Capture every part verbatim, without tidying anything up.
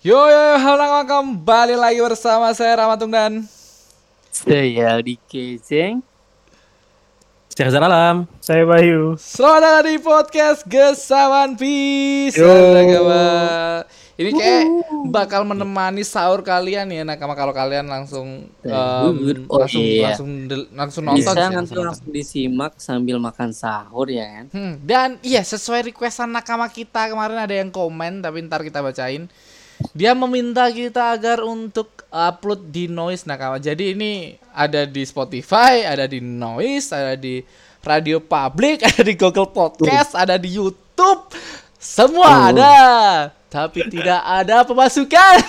Yo yo yo, halo kembali lagi bersama saya Ramatung dan saya Aldi Kezeng. Saya Hazal Alam. Saya Bayu. Selamat datang di podcast Gesawan Peace. Ini kayak bakal menemani sahur kalian ya, nakama kalau kalian langsung um, oh, langsung, iya. langsung langsung nonton Bisa sih, nanti langsung disimak sambil makan sahur ya kan. Hmm, dan iya sesuai requestan nakama kita kemarin ada yang komen tapi ntar kita bacain. Dia meminta kita agar untuk upload di Noise nakama. Jadi ini ada di Spotify, ada di Noise, ada di Radio Public, ada di Google Podcast, uh. ada di YouTube. Semua uh. ada. Tapi tidak ada pemasukan.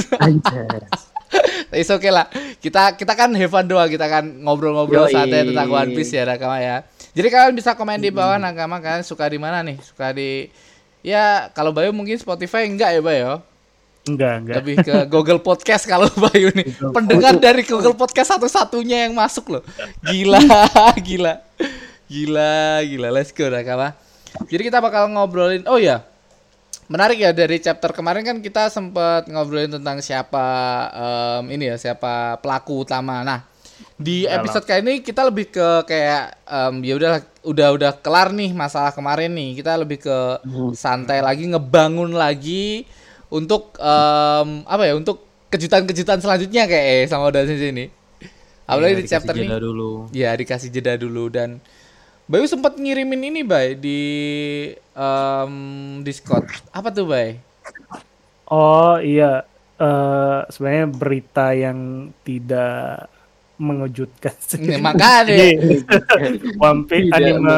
It's okay lah. Kita kita kan have fun doang, kita kan ngobrol-ngobrol santai tentang One Piece ya nakama ya. Jadi kalian bisa komen di bawah nakama kalian suka di mana nih? Suka di ya kalau Bayu mungkin Spotify enggak ya Bayu? Enggak, enggak. Lebih ke Google Podcast kalau Bayu nih. Pendengar dari Google Podcast satu-satunya yang masuk loh. Gila, gila. Gila, gila. Let's go nakama. Jadi kita bakal ngobrolin. Oh ya. Menarik ya, dari chapter kemarin kan kita sempat ngobrolin tentang siapa um, ini ya, siapa pelaku utama. Nah, di episode kali ini kita lebih ke kayak um, ya udah udah udah kelar nih masalah kemarin nih. Kita lebih ke santai lagi, ngebangun lagi untuk um, apa ya, untuk kejutan-kejutan selanjutnya kayak eh, sama Oda Sensei ini. Apalagi ya, di chapter ini dulu. Ya, dikasih jeda dulu. Dan Bayu sempat ngirimin ini Bay di um, Discord. Apa tuh Bay? Oh iya, uh, sebenarnya berita yang tidak mengejutkan sih. Nah, makanya One Piece anime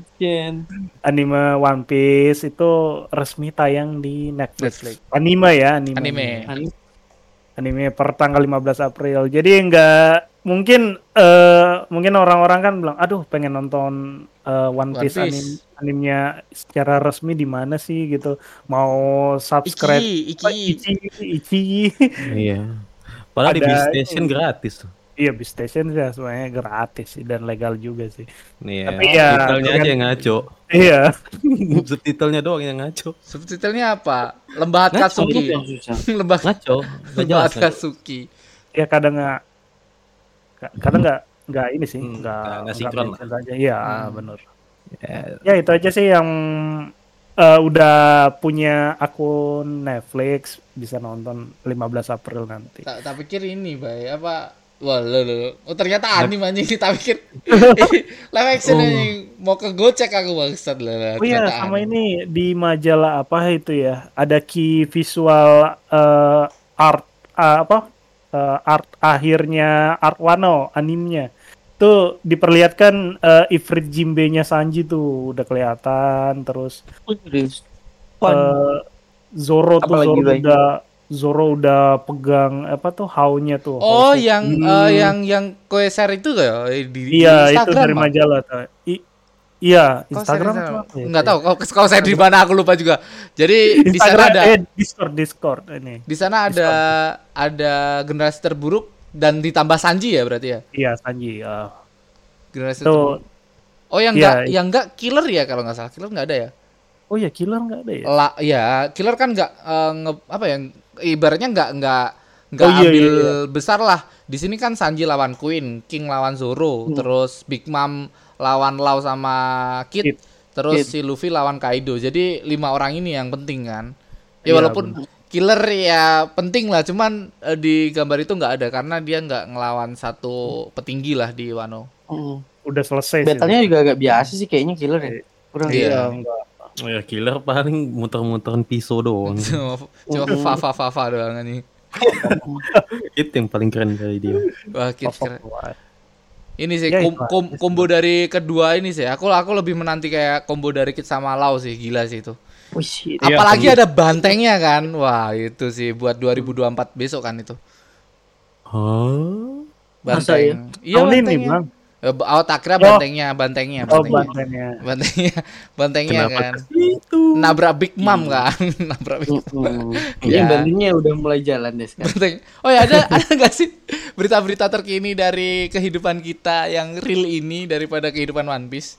anime One Piece itu resmi tayang di Netflix. Netflix. Anime ya, anime. Anime. Anime per tanggal lima belas April. Jadi enggak mungkin uh, mungkin orang-orang kan bilang, "Aduh, pengen nonton uh, One Piece, One Piece. Anim, animenya secara resmi di mana sih gitu. Mau subscribe Iki, Iki. Iki, Iki. Iya. Padahal di BeStation gratis tuh. Iya, BeStation sih semuanya gratis sih dan legal juga sih. Iya. Tapi ya subtitlenya aja yang ngaco. Iya. Subtitlenya doang yang ngaco. Subtitlenya apa? Lembah Katsuki. Lembah ngaco. Lembah Katsuki. Ya kadang nggak, kadang nggak nggak ini sih, hmm, nggak nggak sinkron aja. Iya, hmm. benar. Ya. ya itu aja sih yang uh, udah punya akun Netflix bisa nonton lima belas April nanti. Tak, tak pikir ini, Bay, apa? Wah, lo, lo. Oh, ternyata anime anjing, tak pikir. Live action oh. Yang mau ke gocek aku bangsat lah. Oh iya, sama anime. Ini di majalah apa itu ya? Ada key visual uh, art uh, apa? Uh, art akhirnya Art Wano animenya. Tuh diperlihatkan uh, Ifrit Jinbe-nya Sanji tuh udah kelihatan, terus uh, Zoro tuh Zoro udah Zoro udah pegang apa tuh haunya tuh. Oh, yang hmm. uh, yang yang Koeser itu kayak di, iya, di Instagram. Itu dari apa? majalah tuh. I- iya, Instagram tuh apa ya? Enggak tahu. Kalau saya di mana aku lupa juga. Jadi di sana ada eh, Discord Discord ini. Di sana ada Discord. Ada generasi terburuk dan ditambah Sanji ya berarti ya? Iya, Sanji. Uh. Generasi terburuk. Oh, yang enggak iya, yang enggak killer ya kalau enggak salah. Killer enggak ada ya? Oh ya, killer enggak ada ya? La, ya, killer kan enggak uh, nge, apa ya? Ibaratnya enggak enggak enggak oh, iya, ambil iya, iya. besar lah. Di sini kan Sanji lawan Queen, King lawan Zoro, hmm. terus Big Mom lawan Law sama Kid, Kid. terus Kid. si Luffy lawan Kaido. Jadi lima orang ini yang penting kan. Ya, ya walaupun bener. Killer ya penting lah, cuman uh, di gambar itu enggak ada karena dia enggak ngelawan satu petinggi lah di Wano. Hmm. Udah selesai. Battle-nya juga agak biasa sih kayaknya killer ya. Kurang iya. enggak. Oh ya, killer paling muter-muterin pisau doang. Cuma fa-fa-fa-fa doang nih. Itu yang paling keren dari dia. Wah, keren. Ini sih ya, kom- kom- combo dari kedua ini sih. Aku aku lebih menanti kayak combo dari Kid sama Law sih, gila sih itu. Oh, shit. Apalagi ya, ada bantengnya kan. Wah, itu sih buat dua ribu dua puluh empat besok kan itu. Hah? Banteng. Ya? Iya, bantengnya. Bang. Oh, tak kira bantengnya, bantengnya, bantengnya. Oh, bantengnya. Bantengnya, bantengnya Kenapa kan. Nabrak Big Mom kan. Nabrak Big Mom. Ya, bantengnya udah mulai jalan deh sekarang. Banteng. Oh ya, ada ada enggak sih berita-berita terkini dari kehidupan kita yang real ini daripada kehidupan One Piece?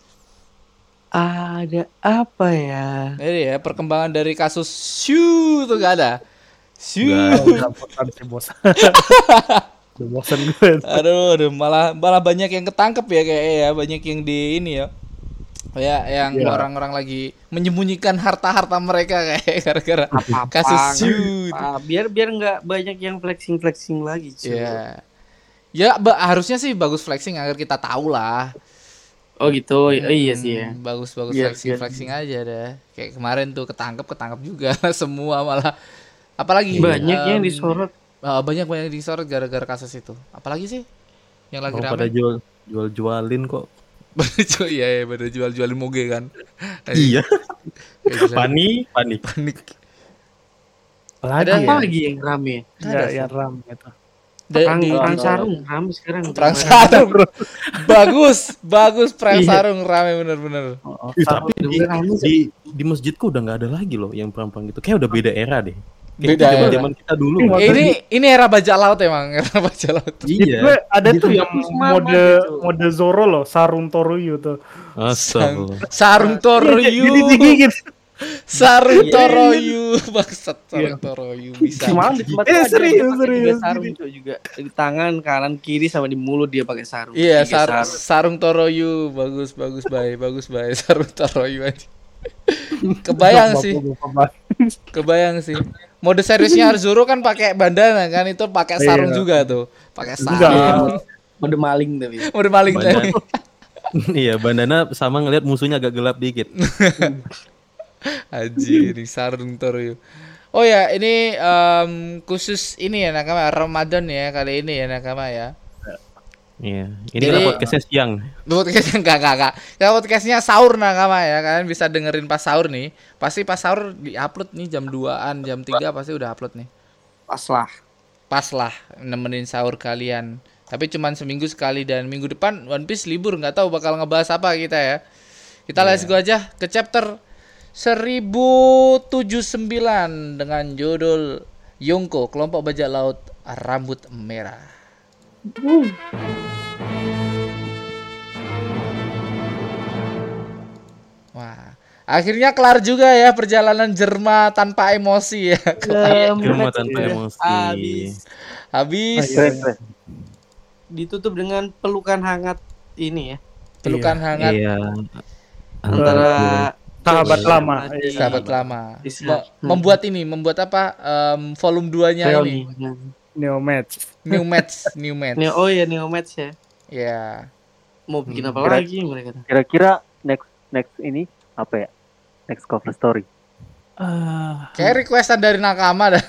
Ada apa ya? Jadi ya, perkembangan dari kasus Shu tuh gak ada. Shoo. Udah bosan sih bos. Udah bosan gue. Aduh, aduh, malah malah banyak yang ketangkep ya kayak ya, banyak yang di ini ya. Ya, yang Iya. orang-orang lagi menyembunyikan harta-harta mereka kayak gara-gara Apa-apa, kasus shoot. Ah, biar biar nggak banyak yang flexing flexing lagi cuy. Ya. Ya, ba- harusnya sih bagus flexing agar kita tahu lah. Oh gitu, oh, iya sih ya. Hmm, Bagus-bagus Biar- flexing biar- flexing aja deh. Kayak kemarin tuh ketangkep ketangkep juga semua malah. Apalagi Banyak yang em, disorot. ah, banyak banyak yang disorot gara-gara kasus itu. Apalagi sih yang lagi Oh, rame? pada jual jual jualin kok. Jual- Iya, ya, pada jual-jualin moge kan. Iya. Kayak gitu. Panik, panik. Panik. Apalagi Ada ya? Apa lagi yang rame? Nggak Ya, ada, yang Sat. ram gitu. Da- Perang, di- perang di- sarung rame sekarang. Perang Udah sarung. Bagus, bagus perang Iya. sarung rame bener-bener. Oh, Ih, sarung. tapi di, di di masjidku udah nggak ada lagi loh yang perang-perang gitu. Kayak udah beda era deh. Beda era. Zaman kita dulu. Ih, Mas. Ini ini era bajak laut emang, era bajak laut. Itu Iya. gue ada tuh Gitu. yang Mama mode gitu. mode Zoro loh, sarung Toruyu tuh. Astagfirullah. Sarung Jadi Toroyu. digigit. Sarung Iya. Toroyu. Bangsat Iya. sarung Toroyu bisa. Semalam di tempat Eh, gua ada serius, dia pakai tiga serius. sarung cuy juga di tangan kanan kiri sama di mulut dia pakai sarung. Iya, Tiga sar- sarung Toroyu. Bagus, bagus, baik, bagus, baik. Sarung Toroyu aja. Kebayang sih, Bapak-bapak. kebayang sih. Mode seriusnya Zoro kan pakai bandana kan, itu pakai sarung Iya. juga tuh. Pakai Enggak. sarung. Mode maling tapi. Mode maling Bandana. tadi. Iya, bandana sama ngelihat musuhnya agak gelap dikit. Haji di sarung Toroyu. Oh ya, ini em, khusus ini ya nakama Ramadan ya kali ini ya nakama ya. Iya. Ini Jadi- kita podcastnya siang. Podcastnya enggak enggak enggak. Kita podcastnya sahur nakama ya. Kalian bisa dengerin pas sahur nih. Pasti pas sahur di-upload nih jam duaan, jam tiga pasti udah upload nih. Pas lah. Pas lah nemenin sahur kalian. Tapi cuman seminggu sekali dan minggu depan One Piece libur, nggak tahu bakal ngebahas apa kita ya. Kita let's go aja ke chapter seribu tujuh puluh sembilan dengan judul Yonko, kelompok bajak laut rambut merah. Wah, akhirnya kelar juga ya perjalanan Jerma tanpa emosi ya. Cuma tanpa emosi. Habis Habis Keren, keren. ditutup dengan pelukan hangat ini ya pelukan hangat Iya. antara Sahabat Iya. lama. Iya. sahabat lama. Bisa. Me- membuat ini, membuat apa? em, volume dua-nya ini. Reuni. Neo Match. New match, new match. Neo, oh ya Neo Match ya. Ya. Mau bikin Hmm. apa Kira- lagi mereka? Kira-kira next next ini apa ya? Next cover story. Ah, Kayak requestan dari nakama dah.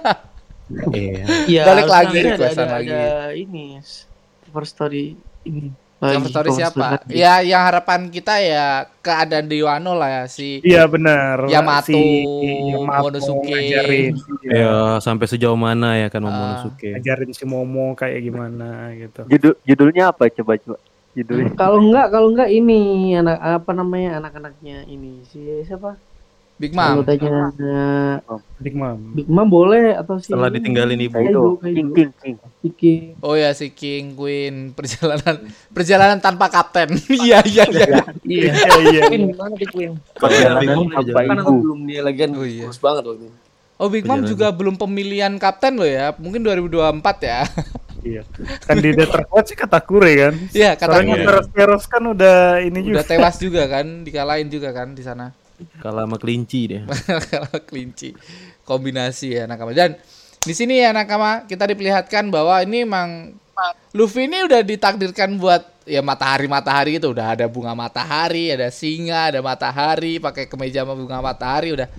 Iya. Iya. Balik harus lagi, ada- requestan ada, lagi. Ada ini cover story ini. Cover story cover siapa? story. Ya, yang harapan kita ya keadaan di Wano lah ya si iya benar. Yamato, Yamato Momonosuke. ngajarin, Ya, sampai sejauh mana ya kan Ah. Momonosuke. ngajarin si Momo kayak gimana gitu. Judul judulnya apa coba coba? Judulnya Kalau enggak, kalau enggak ini anak apa namanya anak-anaknya ini si siapa? Big Mom. Anggotanya Big Mom. Big Mom boleh atau si Setelah ditinggalin ibu. Kayak itu Kaido, Kaido. King King King. Iki. Oh ya si King Queen perjalanan perjalanan tanpa kapten. Iya iya iya. Iya. Iya iya. Queen gimana di Queen? Perjalanan Big Mom tanpa perjalanan. Kan aku ibu. belum dia lagi kan Oh, iya. kurus banget waktu itu. Oh Big Mom Perjalanan. juga belum pemilihan kapten loh ya. Mungkin dua ribu dua puluh empat ya. Iya. Kandidat terkuat sih Katakure kan. Iya kata Soalnya Iya. Teros kan udah ini juga. udah tewas juga kan, dikalahin juga kan di sana. Kalah sama kelinci deh. Kalau kelinci kombinasi ya nakama. Dan di sini ya nakama kita diperlihatkan bahwa ini emang Luffy ini udah ditakdirkan buat ya matahari matahari itu udah ada bunga matahari, ada singa, ada matahari, pakai kemeja sama bunga matahari udah.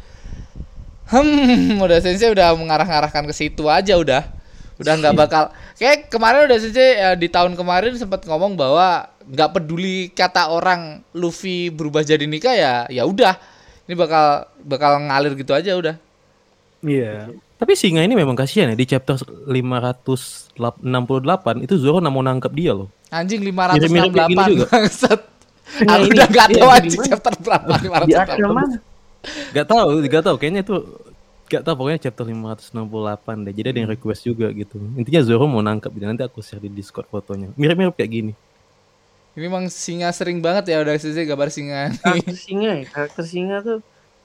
Hmm, udah Sensei udah mengarah-arahkan ke situ aja udah. Udah nggak bakal kayak kemarin udah Sensei ya, di tahun kemarin sempat ngomong bahwa nggak peduli kata orang Luffy berubah jadi nikah ya ya udah. Ini bakal bakal ngalir gitu aja udah. Iya. Tapi singa ini memang kasihan ya di chapter lima ratus enam puluh delapan itu Zoro nggak mau nangkep dia loh. Anjing lima ratus enam Mirip-mirip puluh kayak delapan gini juga. bangsat. Nah, Aku ini- udah nggak iya, tahu di anjing mana? chapter berapa lima ratus Di enam akhir puluh delapan. mana? Gak tahu, gak tahu kayaknya itu gak tahu pokoknya chapter lima ratus enam puluh delapan deh. Jadi ada yang request juga gitu. Intinya Zoro mau nangkep dan nanti aku share di Discord fotonya. Mirip-mirip kayak gini. Ini emang singa sering banget ya udah sih gambar singa. nih. Karakter singa ya, karakter singa tuh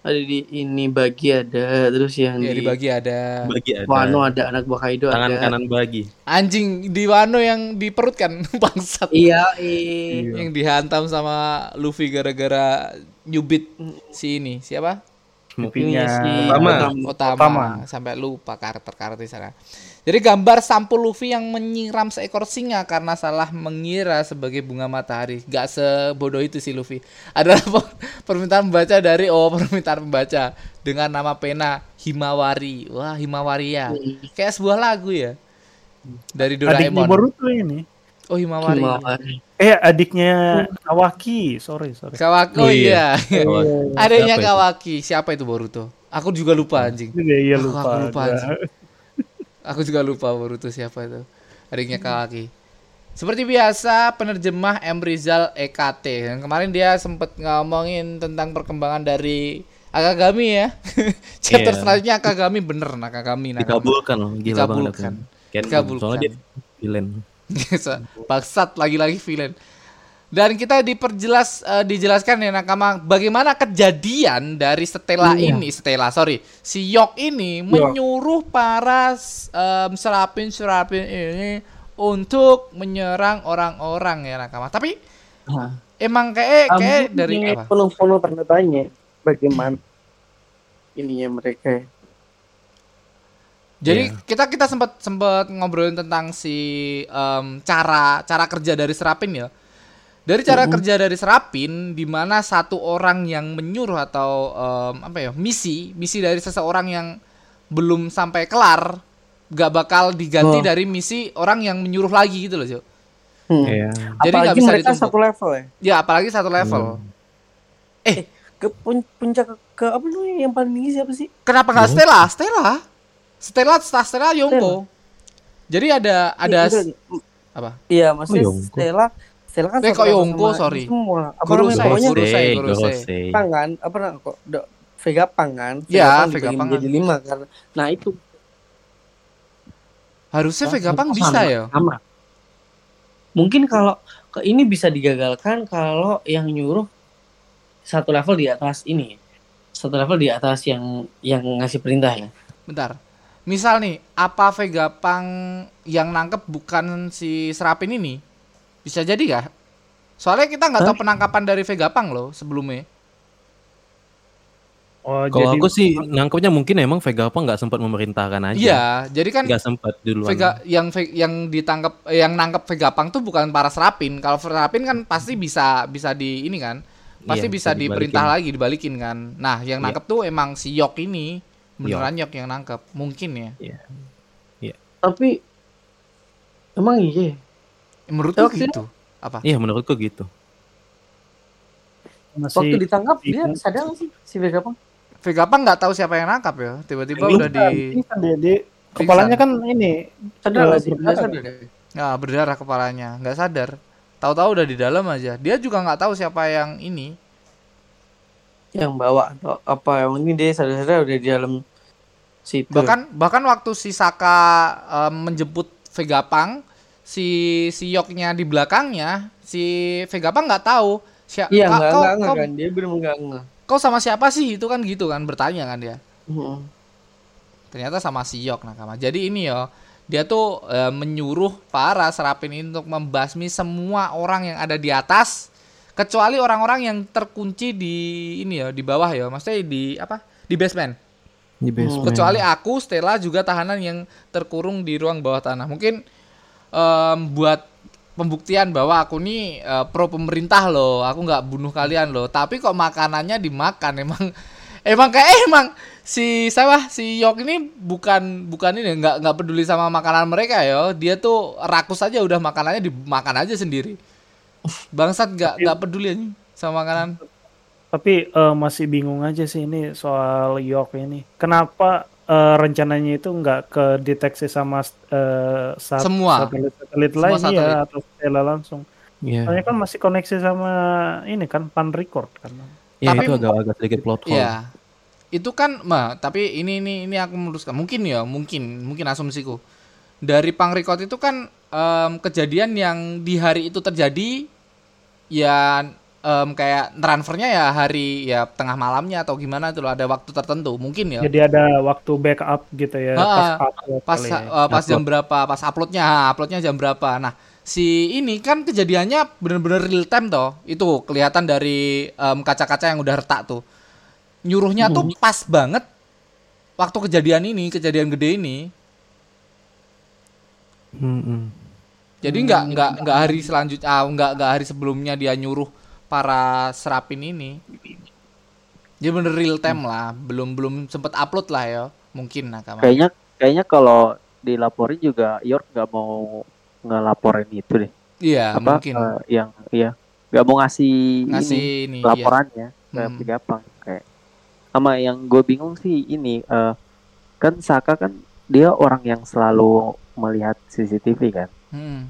Ada di ini Bagi ada, terus yang Ya di dibagi ada. Bagi ada. Wano ada, anak buah Kaido Tangan ada. kanan bagi. Anjing di Wano yang di perut kan bangsat. Iya, iya. Yang dihantam sama Luffy gara-gara nyubit si ini. Siapa? Pipinya si Otama. Otama. Otama. Otama. Sampai lupa karakter-karakter di sana. Jadi gambar sampul Luffy yang menyiram seekor singa karena salah mengira sebagai bunga matahari. Gak sebodoh itu si Luffy. Adalah per- permintaan pembaca dari oh permintaan pembaca dengan nama pena Himawari. Wah, Himawaria. Kayak sebuah lagu ya. Dari Adiknya Doraemon. Boruto ini. Oh, Himawari. Himawari. Eh, adiknya Kawaki. Sorry, sorry. Kawaki. Oh Oh iya. Kawan. Adanya Siapa itu? Kawaki. Siapa itu Boruto? Aku juga lupa anjing. Iya, iya Aku- lupa. aku lupa, gua. anjing. Aku juga lupa Boruto siapa itu. Adiknya Kawaki. Seperti biasa penerjemah M. Rizal E K T. Yang kemarin dia sempat ngomongin tentang perkembangan dari Akagami ya. Chapter Iya. selanjutnya Akagami bener Akagami Nakama. Dikabulkan loh, gila Dikabulkan. banget. Kan Dikabulkan. soalnya dia villain. Bangsat lagi-lagi villain. Dan kita diperjelas eh, dijelaskan ya Nakama bagaimana kejadian dari Stella Iya. ini, Stella sorry, si Yok ini menyuruh para em, serapin-serapin ini untuk menyerang orang-orang ya Nakama. Tapi Nah, emang kayak kayak Kamu dari punya apa? penuh-penuh tanda tanya bagaimana ininya mereka. Jadi Iya. kita kita sempat sempat ngobrolin tentang si em, cara cara kerja dari serapin ya. Dari cara kerja dari serapin, di mana satu orang yang menyuruh atau em, apa ya misi misi dari seseorang yang belum sampai kelar, gak bakal diganti Oh. dari misi orang yang menyuruh lagi gitu loh Jo. Hmm. Iya. Jadi nggak Apalagi bisa mereka ditumpuk. satu level ya. Ya apalagi satu level. Ke pun- puncak ke apa namanya yang paling tinggi siapa sih? Kenapa nggak Stella? Stella, Stella, Stella, Stella Yonko. Jadi ada ada Iya, itu- apa? Iya, maksudnya Oh, Yonko. Stella Stella kan Eh, satu kok level Yonko, sama sorry. Semua. Apa Gorosei, namanya pokoknya Gorosei, Gorosei. Gorosei. Pang kan? Apa namanya kok do- Vegapunk kan? Ya, Vegapunk dibagi Vegapunk. menjadi lima kan. Nah, itu Harusnya Vegapunk sama- bisa ya. Sama. Mungkin kalau ke ini bisa digagalkan kalau yang nyuruh satu level di atas ini. Satu level di atas yang yang ngasih perintah ya. Bentar. Misal nih, apa Vegapunk yang nangkep bukan si Serapin ini? Bisa jadi gak? Soalnya kita nggak tahu penangkapan dari Vegapunk loh sebelumnya. Oh, Kalau jadi aku sih nangkepnya mungkin emang Vegapunk nggak sempat memerintahkan aja. Iya, jadi kan Nggak sempat duluan. Vega yang Ve- yang ditangkap eh, yang nangkep Vegapunk tuh bukan para Serapin. Kalau Serapin kan pasti bisa bisa di ini kan. Pasti Iya, bisa, bisa diperintah dibalikin. lagi dibalikin kan. Nah, yang Iya. nangkep tuh emang si Yok ini. Beneran Yok yang nangkep. Mungkin ya. Tapi emang iya. Menurutku Yok sih. gitu. Apa? Iya menurutku gitu. masih Waktu ditangkap dia Iya. sadar nggak sih si Vegapunk? Vegapunk nggak tahu siapa yang nangkap ya. Tiba-tiba udah di Pingsan dia, dia kepalanya kan ini Sadar Eh, nggak sih? berdarah. Nggak sadar ya? Nah, berdarah kepalanya, nggak sadar. Tahu-tahu udah di dalam aja. Dia juga nggak tahu siapa yang ini. Yang bawa atau apa yang ini dia sadar-sadar udah di dalam situ. Bahkan bahkan waktu si Saka em, menjemput Vegapunk, si si Yoknya di belakangnya, si Vegapunk nggak tahu. Siapa? iya nggak kau, nggak nggak kau, kan dia bener nggak nggak. kau sama siapa sih? Itu kan gitu kan bertanya kan dia. Hmm. Ternyata sama si Yok Nakama. Jadi ini yo, dia tuh eh, menyuruh para serapin ini untuk membasmi semua orang yang ada di atas, kecuali orang-orang yang terkunci di ini ya, di bawah ya. Maksudnya di apa? Di basement. Di basement. Kecuali aku, Stella juga tahanan yang terkurung di ruang bawah tanah. Mungkin em, buat pembuktian bahwa aku nih eh, pro pemerintah loh. Aku nggak bunuh kalian loh. Tapi kok makanannya dimakan emang emang kayak emang si siapa si Yok ini bukan bukan ini nggak nggak peduli sama makanan mereka ya. Dia tuh rakus aja udah makanannya dimakan aja sendiri. Bangsat nggak nggak peduli aja sama makanan. tapi eh, masih bingung aja sih ini soal Yok ini. Kenapa eh, rencananya itu nggak kedeteksi sama eh, sat- Semua. satelit-satelit Semua lain satelit. ya atau Stella langsung. Iya. Soalnya kan masih koneksi sama ini kan pan record kan. Iya Tapi- itu agak-agak sedikit plot hole. Iya. Itu kan mah, tapi ini ini ini aku meluruskan. Mungkin ya, mungkin mungkin asumsiku. Dari pang record itu kan em, kejadian yang di hari itu terjadi ya em, kayak transfernya ya hari ya tengah malamnya atau gimana tuh loh, ada waktu tertentu mungkin ya. Jadi ada waktu backup gitu ya, Ha-ha. pas upload Pas kali ya. uh, pas jam berapa, pas uploadnya, ha, uploadnya jam berapa. Nah, si ini kan kejadiannya bener-bener real time toh. Itu kelihatan dari em, kaca-kaca yang udah retak tuh. Nyuruhnya tuh pas banget waktu kejadian ini, kejadian gede ini. Mm-mm. Jadi nggak nggak nggak hari selanjutnya, ah, nggak nggak hari sebelumnya dia nyuruh para serapin ini. Jadi bener real time lah, belum belum sempet upload lah ya, mungkin Nakama. Kayaknya kayaknya kalau dilaporin juga York nggak mau ngelaporin itu deh. Iya Apa mungkin eh, yang iya nggak mau ngasih, ngasih ini ini. Iya. laporannya ke Hmm. Pegapang kayak. Sama yang gue bingung sih ini eh, kan Saka kan dia orang yang selalu melihat C C T V kan. Hmm.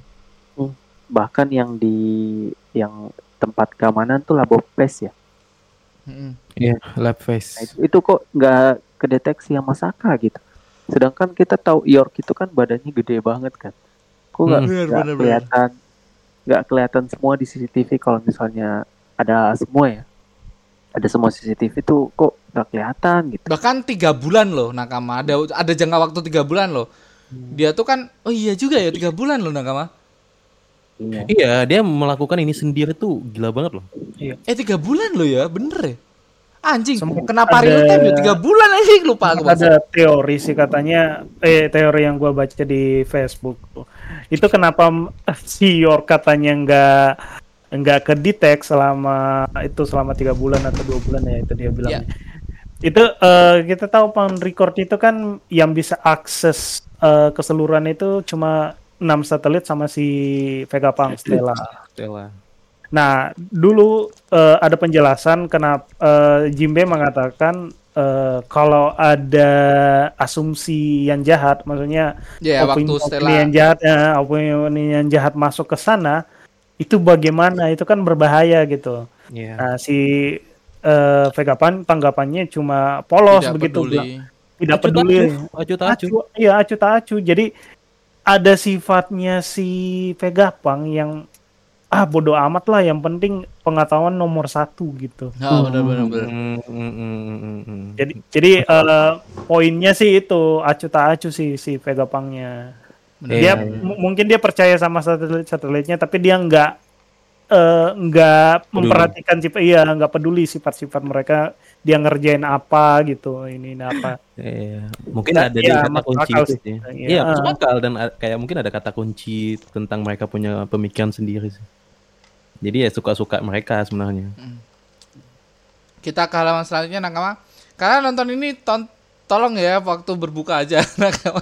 Bahkan yang di yang tempat keamanan tuh labo place ya. Hmm. Iya, lab Nah, face. itu, itu kok nggak kedeteksi sama Saka gitu. Sedangkan kita tahu York itu kan badannya gede banget kan. Kok nggak Hmm. Bener, nggak bener, kelihatan nggak kelihatan semua di C C T V kalau misalnya ada semua ya. Ada semua C C T V tuh kok nggak kelihatan gitu. Bahkan tiga bulan loh Nakama, ada ada jangka waktu tiga bulan loh. Dia tuh kan, oh iya juga ya tiga bulan loh Nakama. Iya. Iya, dia melakukan ini sendiri tuh gila banget loh. Eh tiga bulan loh ya, bener ya. Anjing, Sempet kenapa ada- real time ya tiga bulan anjing lupa aku. Ada teori sih katanya, eh teori yang gua baca di Facebook tuh. Itu kenapa m- si York katanya nggak nggak kedetek selama itu selama tiga bulan atau dua bulan ya itu dia bilang. Ya. Itu eh, kita tahu pan record itu kan yang bisa akses eh, keseluruhan itu cuma enam satelit sama si Vegapunk Stella. Stella. Nah, dulu eh, ada penjelasan kenapa eh, Jinbe mengatakan eh, kalau ada asumsi yang jahat, maksudnya Ya waktu opini Stella yang jahat, ya, opini yang jahat masuk ke sana, itu bagaimana? Itu kan berbahaya gitu. Iya. Nah, si eh, Vegapunk tanggapannya cuma polos tidak begitu, peduli. bilang, tidak Acu peduli. tacu, acu tacu. Acu, iya acu tak acu. Jadi ada sifatnya si Vegapunk yang ah bodoh amat lah, yang penting pengetahuan nomor satu gitu. Oh, bener bener bener. Mm, mm, mm, mm, mm. Jadi jadi eh, poinnya sih itu acu tak acu sih si Vegapunknya. Dia Iya. m- mungkin dia percaya sama satelit satelitnya, tapi dia nggak eh, nggak memperhatikan sifat, iya nggak peduli sifat-sifat mereka. Dia ngerjain apa gitu, ini ini apa. Iya, mungkin Nah, ada di iya, kata masuk kunci akal itu sih. sih. Iya. Iya, masuk akal dan a- kayak mungkin ada kata kunci tentang mereka punya pemikiran sendiri sih. Jadi ya suka-suka mereka sebenarnya. Kita ke halaman selanjutnya Nakama. Karena nonton ini ton- tolong ya waktu berbuka aja Nakama.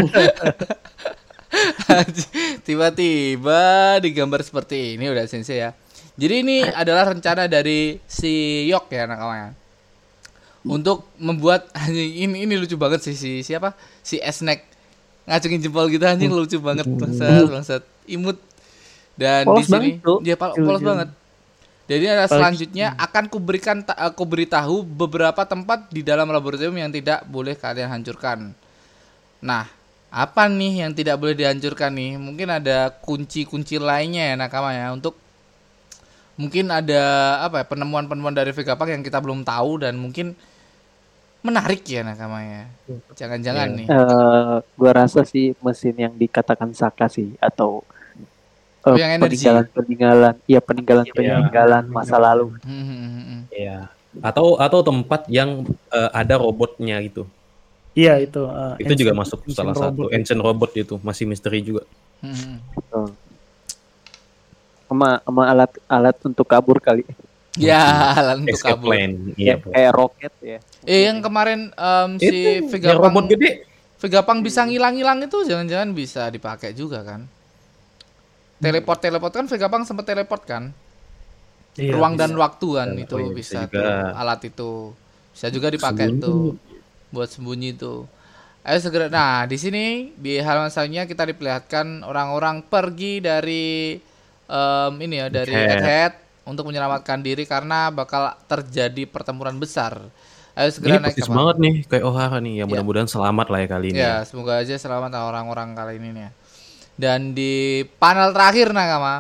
Tiba-tiba digambar seperti ini udah sensei ya. Jadi ini adalah rencana dari si Yok ya Nakama ya. Untuk membuat anjing ini ini lucu banget sih si siapa? Si Esnek ngacungin jempol gitu anjing lucu banget bangsat bangsat imut. Dan Polos di sini banget, tuh. dia pal- Lucu. polos banget. Jadi ada selanjutnya akan kuberikan ta- aku beritahu beberapa tempat di dalam laboratorium yang tidak boleh kalian hancurkan. Nah, apa nih yang tidak boleh dihancurkan nih? Mungkin ada kunci-kunci lainnya ya Nakama ya untuk mungkin ada apa ya penemuan-penemuan dari Vegapunk yang kita belum tahu dan mungkin menarik ya Nakama ya. Jangan-jangan Iya. nih. Eh, gua rasa sih mesin yang dikatakan Saka sih atau eh, Oh, yang energi. peninggalan-peninggalan, iya peninggalan-peninggalan masa lalu. Hmm, hmm, hmm, hmm. Iya. Atau atau tempat yang eh, ada robotnya gitu. Iya itu. eh, Itu juga ancient- masuk ancient salah robot. satu ancient robot itu, masih misteri juga. Hmm, hmm. Betul. Sama sama alat-alat untuk kabur kali. Ya, alat untuk Escape kabur. plan. Kayak Iya. kayak roket ya. Eh yang kemarin em, si Itu yang robot Vegapunk gede. Vegapunk bisa ngilang-ngilang itu jangan-jangan bisa dipakai juga kan? Teleport teleport kan Vegapunk sempat teleport kan? Iya, Ruang bisa. dan waktu kan Oh itu iya, bisa, bisa tuh juga. alat itu bisa juga dipakai Sembunyi. tuh buat sembunyi tuh. Ayo segera. Nah di sini di halaman selanjutnya kita diperlihatkan orang-orang pergi dari em, ini ya dari Egghead. Egghead untuk menyelamatkan diri karena bakal terjadi pertempuran besar. Ayo segera Ini naik persis kapal. banget nih kayak Ohara nih. Ya Ya. mudah-mudahan selamat lah ya kali ini. Ya, semoga aja selamat orang-orang kali ini nih ya. Dan di panel terakhir Nakama,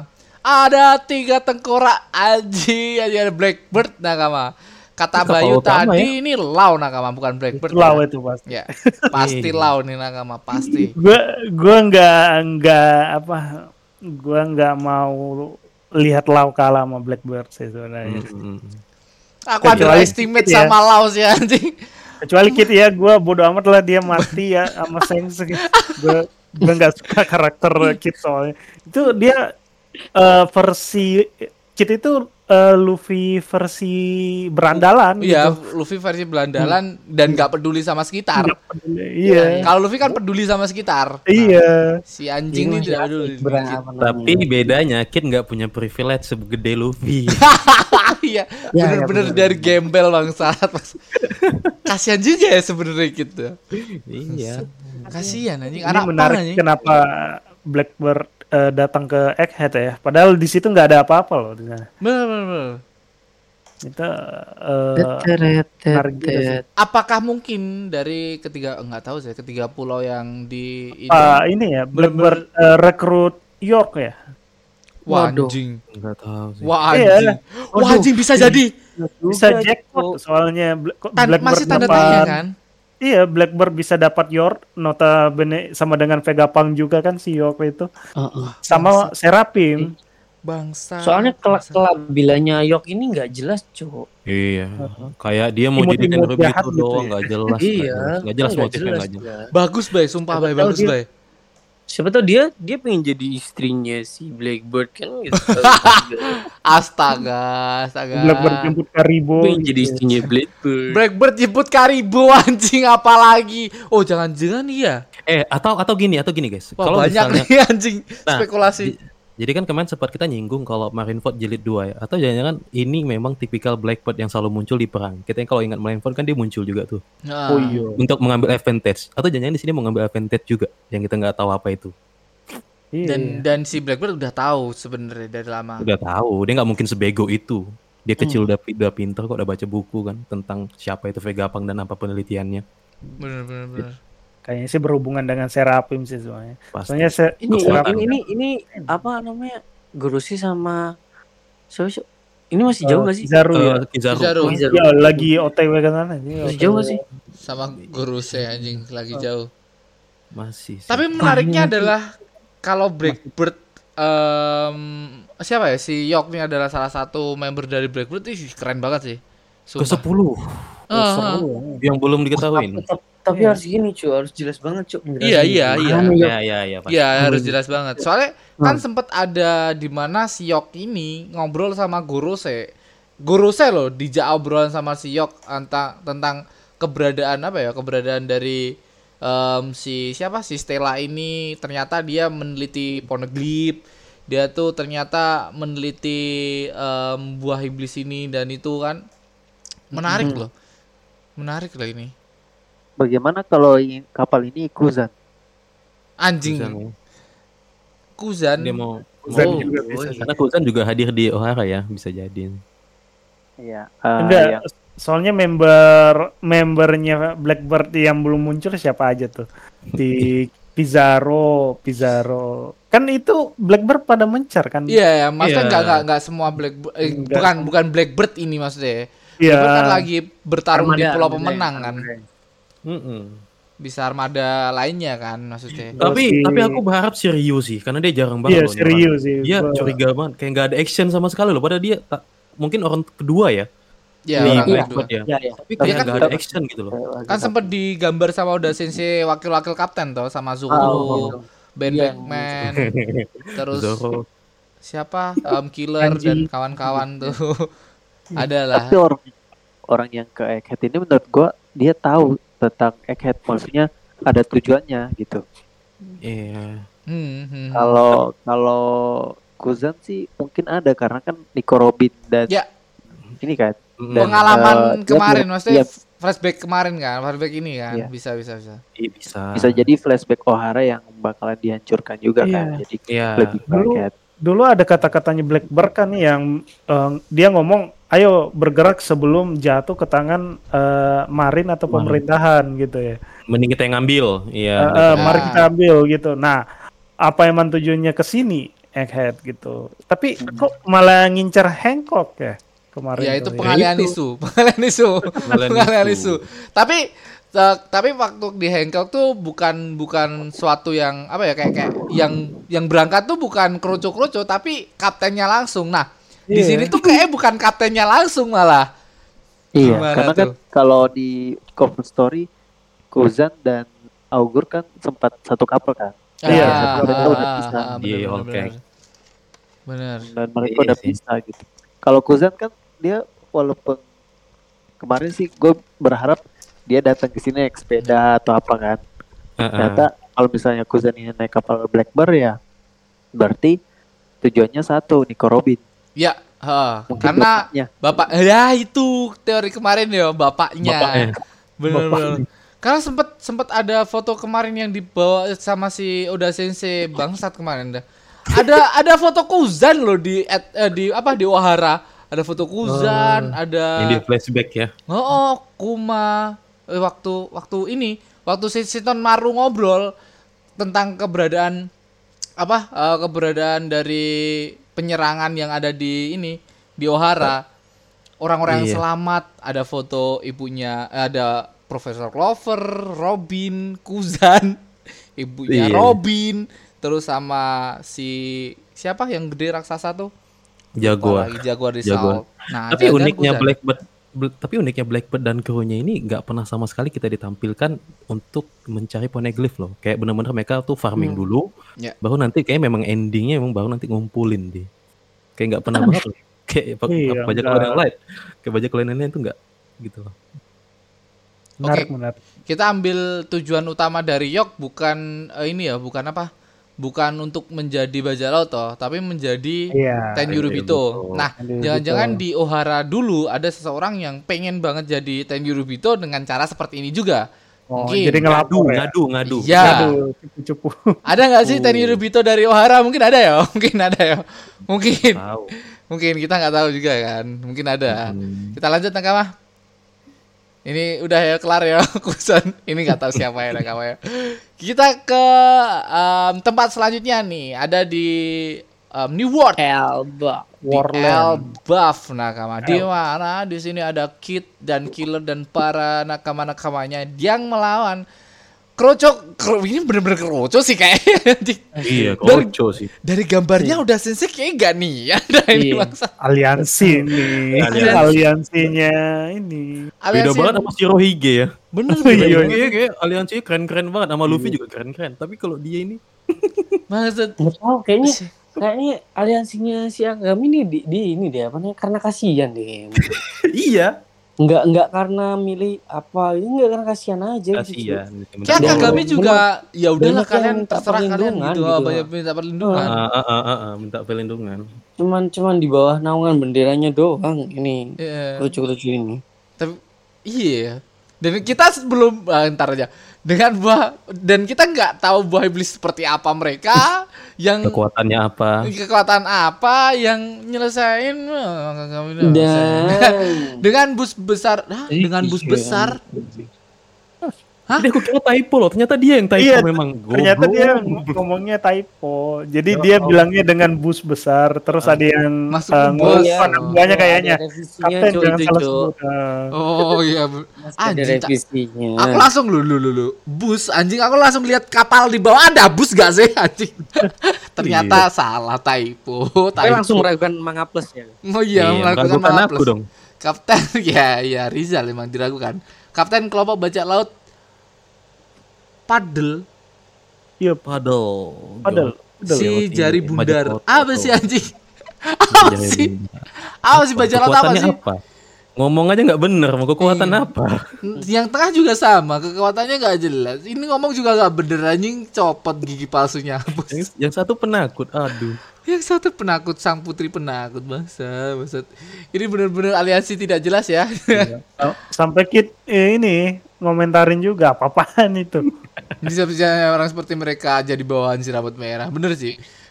Ada tiga tengkorak anjing, ada Blackbird nakama. Kata Itu kapal Bayu utama tadi ya? ini lau nakama bukan Blackbird. Lau ya. itu pasti. Ya, pasti lau nih nakama, pasti. Gue gue nggak nggak apa gue nggak mau lihat lau kalah sama Blackbird sih sebenarnya. Hmm. Aku Kecuali underestimate sedikit ya. sama lau sih anjing. Kecuali Kit ya, gue bodo amat lah dia mati ya sama Sense. Gue gue nggak suka karakter Kit soalnya. Itu dia eh, versi Kit itu eh, Luffy versi berandalan. Iya, gitu. Luffy versi belandalan dan nggak peduli sama sekitar. Nggak peduli. Iya. Kalau Luffy kan peduli sama sekitar. Iya. Nah, si anjing ini tidak peduli. Tapi bedanya Kid nggak punya privilege segede Luffy. Iya, Ya, ya, bener-bener bener. dari gembel bangsat. Kasihan juga ya sebenarnya gitu. Iya. Kasihan anjing, Ini anak menarik pang anjing. kenapa Blackbird eh, datang ke Egghead ya. Padahal di situ nggak ada apa-apa loh di sana. Bener, bener, bener. Kita eh, menarik juga sih. Apakah mungkin dari ketiga enggak tahu sih ketiga pulau yang di ini, Ah, ini ya Blackbird eh, rekrut York ya. wah Waduh. anjing. Enggak tahu sih. Wah Iya. anjing. Wah anjing bisa jadi. Bisa jackpot soalnya Bla- kok Tan- Blackbird masih tanda dapat- tanya kan? Iya, Blackbird bisa dapat York, notabene sama dengan Vegapunk juga kan si York itu. Sama Serapim. Bangsa. Soalnya kelak kelabilannya Yok ini nggak jelas, Cuk. Iya. Kayak dia mau Imut-imut jadi Naruto jahat gitu doang ya. nggak jelas. nggak Iya, jelas. Nggak jelas nggak motifnya jelas nggak jelas. jelas. Bagus bay, sumpah bay, Siapa tahu bagus dia- bay. Siapa tahu dia dia pengen jadi istrinya si Blackbird kan gitu. Astaga, astaga. Blackbird jemput Karibo. pengen gitu. jadi istrinya Blackbird. Blackbird jemput Karibo anjing apalagi. Oh jangan-jangan iya. Eh atau atau gini atau gini guys. Wah Kalau banyak misalnya nih anjing Nah, spekulasi. di- jadi kan kemarin sempat kita nyinggung kalau Marineford jilid dua ya. Atau jangan-jangan ini memang tipikal Blackbird yang selalu muncul di perang. Kita yang kalau ingat Marineford kan dia muncul juga tuh Nah, Oh iya. untuk mengambil advantage. Atau jangan-jangan di sini mau ngambil advantage juga yang kita nggak tahu apa itu. Iya. Dan dan si Blackbird udah tahu sebenarnya dari lama. Udah tahu, dia nggak mungkin sebego itu. Dia Hmm. kecil udah, udah pinter kok, udah baca buku kan tentang siapa itu Vegapunk dan apa penelitiannya. Bener bener bener. Kayaknya sih berhubungan dengan Serapim sih semuanya. Pasti. Soalnya se- Ini Kekuatan. ini, ini ini apa namanya? Gurusi sama siapa sih? Ini masih jauh nggak sih? Kizaru ya. Eh, Kizaru. Kizaru. Kizaru. Ya lagi O T W ke sana. Dia Masih O T W. jauh nggak sih? Sama guru saya anjing lagi jauh. Masih. sih. Tapi menariknya adalah kalau Blackbird em, siapa ya si Yok ini adalah salah satu member dari Blackbird, ih keren banget sih. ke Sumpah. sepuluh Ah, ah. yang belum diketahui. Tapi, tapi, tapi Iya. harus gini, cuy, harus jelas banget, cuy. Iya, iya, iya. Ya ya ya pasti. Iya harus jelas banget. Soalnya kan sempet ada di mana si Yok ini ngobrol sama Gorose. Gorose loh dijak obrolan sama si Yok anta, tentang keberadaan apa ya keberadaan dari em, si siapa si Stella ini. Ternyata dia meneliti Poneglyph. Dia tuh ternyata meneliti em, buah iblis ini dan itu kan menarik loh. Menarik loh ini. Bagaimana kalau i- kapal ini Kuzan? Anjing Kuzan, ya. Kuzan. Dia mau Kuzan oh, juga oh, bisa iya. Karena Kuzan juga hadir di Ohara ya, bisa jadi. Iya. eh, Enggak, yang- soalnya member membernya Blackbird yang belum muncul siapa aja tuh di Pizarro, Pizarro. Kan itu Blackbird pada mencar kan? Iya, ya, maksudnya Iya. nggak nggak nggak semua black eh, Enggak. bukan bukan Blackbird ini maksudnya. Iya. Blackbird kan lagi bertarung di Armada, pulau armada, pemenang kan. armada. Mm-mm. Bisa armada lainnya kan maksudnya. Tapi si- tapi aku berharap si Ryu sih, karena dia jarang banget. Iya loh serius sih. Dia Gua- curiga banget, kayak nggak ada action sama sekali loh. Padahal dia tak, mungkin orang kedua ya Ya, di orang iya. kedua. Blackbird ya. Ya, ya. Tapi kayak kan nggak ada action gitu loh. Kan sempat digambar sama Oda Sensei wakil-wakil kapten tuh sama Zoro, Oh, Ben iya. Beckman, terus Zoro. siapa? Um, Killer dan Anjing. kawan-kawan tuh. Adalah. Tapi orang orang yang ke Egghead ini menurut gua dia tahu tentang Egghead, maksudnya ada tujuannya gitu. Iya. Hmm, hmm. Kalau kalau Kuzan sih mungkin ada karena kan Nico Robin dan Ya. ini kan. Mm-mm. Dan, Pengalaman eh, dia kemarin belum- maksudnya iya. flashback kemarin kan, flashback ini kan. Iya. Bisa bisa bisa. Iya, bisa. Bisa jadi flashback Ohara yang bakalan dihancurkan juga Iya. kan. Jadi Iya. lebih ke Dulu- Egghead. Dulu ada kata-katanya Blackbird kan yang eh, dia ngomong, ayo bergerak sebelum jatuh ke tangan eh, Marin atau Marin. pemerintahan gitu ya. Mending kita yang ngambil. Iya. Eh, eh, betul. mari Ah. kita ambil gitu. Nah, apa emang tujuannya ke sini? Egghead gitu. Tapi kok malah ngincer Hancock ya kemarin? Ya itu tuh, pengalihan itu. isu, pengalihan isu, Pengalihan pengalihan isu. isu. Tapi uh, tapi waktu di Hancock tuh bukan bukan suatu yang apa ya kayak kayak yang yang berangkat tuh bukan kroco-kroco tapi kaptennya langsung. Nah di Iya. sini tuh kayak bukan kaptennya langsung malah. Iya, Gimana karena kan tuh? kalau di cover story Kozan dan Augur kan sempat satu couple kan. Iya, Ah, satu mereka ah, udah ah, bisa. ah, Iya, bener, all bener, gang. bener. Bener. Dan mereka Iya udah sih. bisa gitu. Kalau Kozan kan dia walaupun kemarin sih gue berharap dia datang ke sini naik sepeda atau apa kan. Heeh. Ternyata kalau misalnya Kozan ini naik kapal Blackbird ya berarti tujuannya satu, Nico Robin. Ya, ha, Mungkin karena bapaknya. bapak ya itu teori kemarin ya bapaknya. Bapaknya. Bener bener. Karena sempat sempat ada foto kemarin yang dibawa sama si Oda Sensei bangsat kemarin dah. Ada ada foto Kuzan loh di at, eh, di apa di Ohara. Ada foto Kuzan, ada Yang di flashback ya. oh, oh Kuma eh, waktu waktu ini waktu si Sinton Maru ngobrol tentang keberadaan apa eh, keberadaan dari penyerangan yang ada di ini di Ohara. Orang-orang yang Iya. selamat, ada foto ibunya, eh, ada Profesor Clover, Robin, Kuzan, ibunya Iya. Robin, terus sama si siapa yang gede raksasa tuh? Jaguar. Apalagi Jaguar di Jaguar. South. Nah, Tapi jangan-jangan uniknya Kuzan. Blackbird Bl- tapi uniknya Blackbird dan krunya ini nggak pernah sama sekali kita ditampilkan untuk mencari poneglyph loh. Kayak benar-benar mereka tuh farming dulu, Ya. baru nanti kayak memang endingnya memang baru nanti ngumpulin deh. Kayak nggak pernah banget loh. Kayak pa- Iya, pa- bajak nggak. lain yang lain, kayak bajak lain yang lain tuh nggak gitu loh. Menarik, Oke. menarik. Kita ambil tujuan utama dari Yok bukan eh, ini ya, bukan apa? Bukan untuk menjadi bajak laut toh, tapi menjadi Iya. Tenryubito. Tenryubito. Nah, Tenryubito. jangan-jangan di Ohara dulu ada seseorang yang pengen banget jadi Tenryubito dengan cara seperti ini juga. Oh, Mungkin. jadi Ngadu, ngelapor ya. ngadu, ngadu. Iya. Aduh, cupu-cupu. Ada nggak sih Oh. Tenryubito dari Ohara? Mungkin ada ya, mungkin ada ya, mungkin, Tahu. mungkin kita nggak tahu juga kan, mungkin ada. Hmm. Kita lanjut Nakama. Ini udah ya kelar ya Kusan. Ini nggak tahu siapa ya Nakama ya. Kita ke em, tempat selanjutnya nih. Ada di em, New World. Elba. Di Warland. Elbaf Nakama. Di mana di sini ada Kid dan Killer dan para nakama-nakamanya yang melawan Kroco. Kro, ini bener-bener Kroco sih kayaknya. Iya, Dari- kocok sih. Dari gambarnya udah sensei kayak gak nih ada ini Iya. bangsa. Aliansi nih. Aliansi. Aliansinya ini. Beda Aliansi banget yang- sama Shirohige ya. Bener Iya, bener. Shirohige kayak aliansinya keren-keren banget, sama Luffy juga keren-keren. Tapi kalau dia ini Maksud Nggak tahu kayaknya kayaknya aliansinya si Agami ini di, di ini deh apa namanya karena kasihan deh. iya, Enggak enggak karena milih apa ini enggak karena kasihan aja gitu. kasihan. kayak Dan- Kagami juga ya udahlah banyak yang kalian minta terserah kalian perlindungan gitu, gitu. banyak minta perlindungan. Ah, ah, ah, ah, ah, minta perlindungan. Cuman cuman di bawah naungan benderanya doang ini. Iya. Lucu-lucu ini. Tapi iya. Dan kita sebelum ah, ntar aja dengan buah dan kita nggak tahu buah iblis seperti apa mereka yang Kekuatannya apa? kekuatan apa yang nyelesain ah, Kagami doang. Dan dengan bus besar Hah? dengan bus Iya. besar Hah? Dia aku kira typo loh, ternyata dia yang typo Iya, memang. Ternyata Goblok. dia ng- ngomongnya typo. Jadi Ya dia Allah. bilangnya dengan bus besar. Terus ada yang Masuk eh, ke bus. ngurus Iya. penampilannya kayaknya. Ada revisinya, Kapten cuy, jangan itu, salah cuy. sebut. Eh, oh iya bu- Masih ada Anjing, tak- revisinya. aku langsung lu lu lu lu bus anjing aku langsung lihat kapal di bawah ada bus gak sih anjing ternyata salah typo Saya typo langsung meragukan Manga Plus ya. oh iya, Iya, melakukan meragukan malah aku plus. dong. Kapten ya ya Rizal emang diragukan kapten kelompok bajak laut Padel Iya, Padel. padel. Padel. si Lewat jari ini, bundar bajak laut apa tuh. sih anjing apa Jari sih bundar. apa sih bajak laut apa Kekuatannya sih apa? Ngomong aja nggak bener, mau kekuatan Iya. apa? yang tengah juga sama kekuatannya nggak jelas ini ngomong juga nggak bener anjing copot gigi palsunya hapus. Yang, yang satu penakut, aduh. Yang satu penakut sang putri penakut bangsa, maksud ini benar-benar aliansi tidak jelas ya. Oh, sampai Kit eh, ini ngomentarin juga apa-apaan itu. Bisa bisa orang seperti mereka jadi bawahan si rambut merah, bener sih.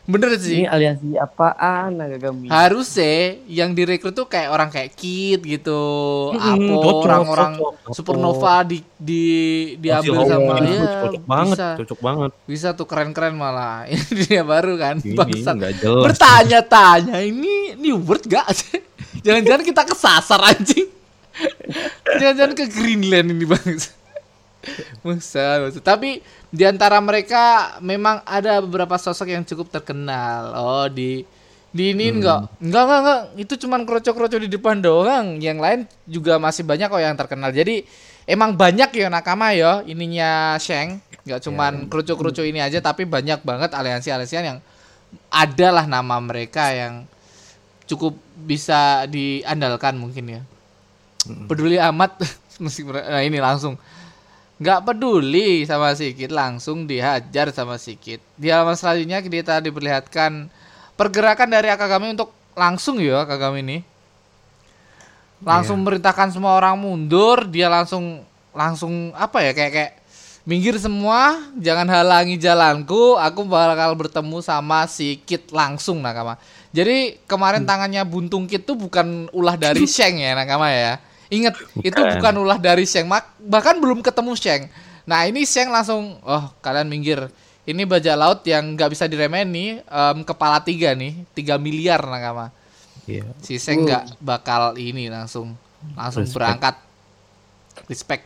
Bener sih. Ini aliansi apaan Nakagami? Harusnya yang direkrut tuh kayak orang kayak Kid gitu, Mm-mm, Apo, cocok, orang-orang cocok. Supernova di di diambil Masih sama Howard, ya, cocok banget, bisa. cocok banget. Bisa tuh keren-keren malah. Ini dia baru kan, Ini bangsat. nggak jelas. Bertanya-tanya, ini new word gak sih? Jangan-jangan kita kesasar anjing. Jangan-jangan ke Greenland ini bangsat. Bangsat, bangsat. Tapi di antara mereka memang ada beberapa sosok yang cukup terkenal. Oh, di di ini Hmm. enggak. Enggak, enggak, enggak. Itu cuman kroco-kroco di depan doang. Yang lain juga masih banyak kok yang terkenal. Jadi emang banyak ya nakama ya ininya Sheng. Enggak cuman kroco-kroco ini aja tapi banyak banget aliansi-aliansi yang ada lah nama mereka yang cukup bisa diandalkan mungkin ya. Peduli amat mesti nah ini langsung nggak peduli sama Sikit, langsung dihajar sama Sikit. Di halaman selanjutnya kita diperlihatkan pergerakan dari Akagami untuk langsung ya Akagami ini langsung merintahkan semua orang mundur. Dia langsung langsung apa ya kayak kayak minggir semua, jangan halangi jalanku, aku bakal bertemu sama Sikit langsung Nakama. Jadi kemarin tangannya buntung Kit tuh bukan ulah dari Sheng ya Nakama ya. Ingat, itu bukan ulah dari Sheng, bahkan belum ketemu Sheng. Nah ini Sheng langsung, oh kalian minggir. Ini bajak laut yang nggak bisa diremehin nih, um, kepala tiga nih, tiga miliar Nakama. Iya. Si Sheng nggak bakal ini langsung, langsung Respect. berangkat. Respect.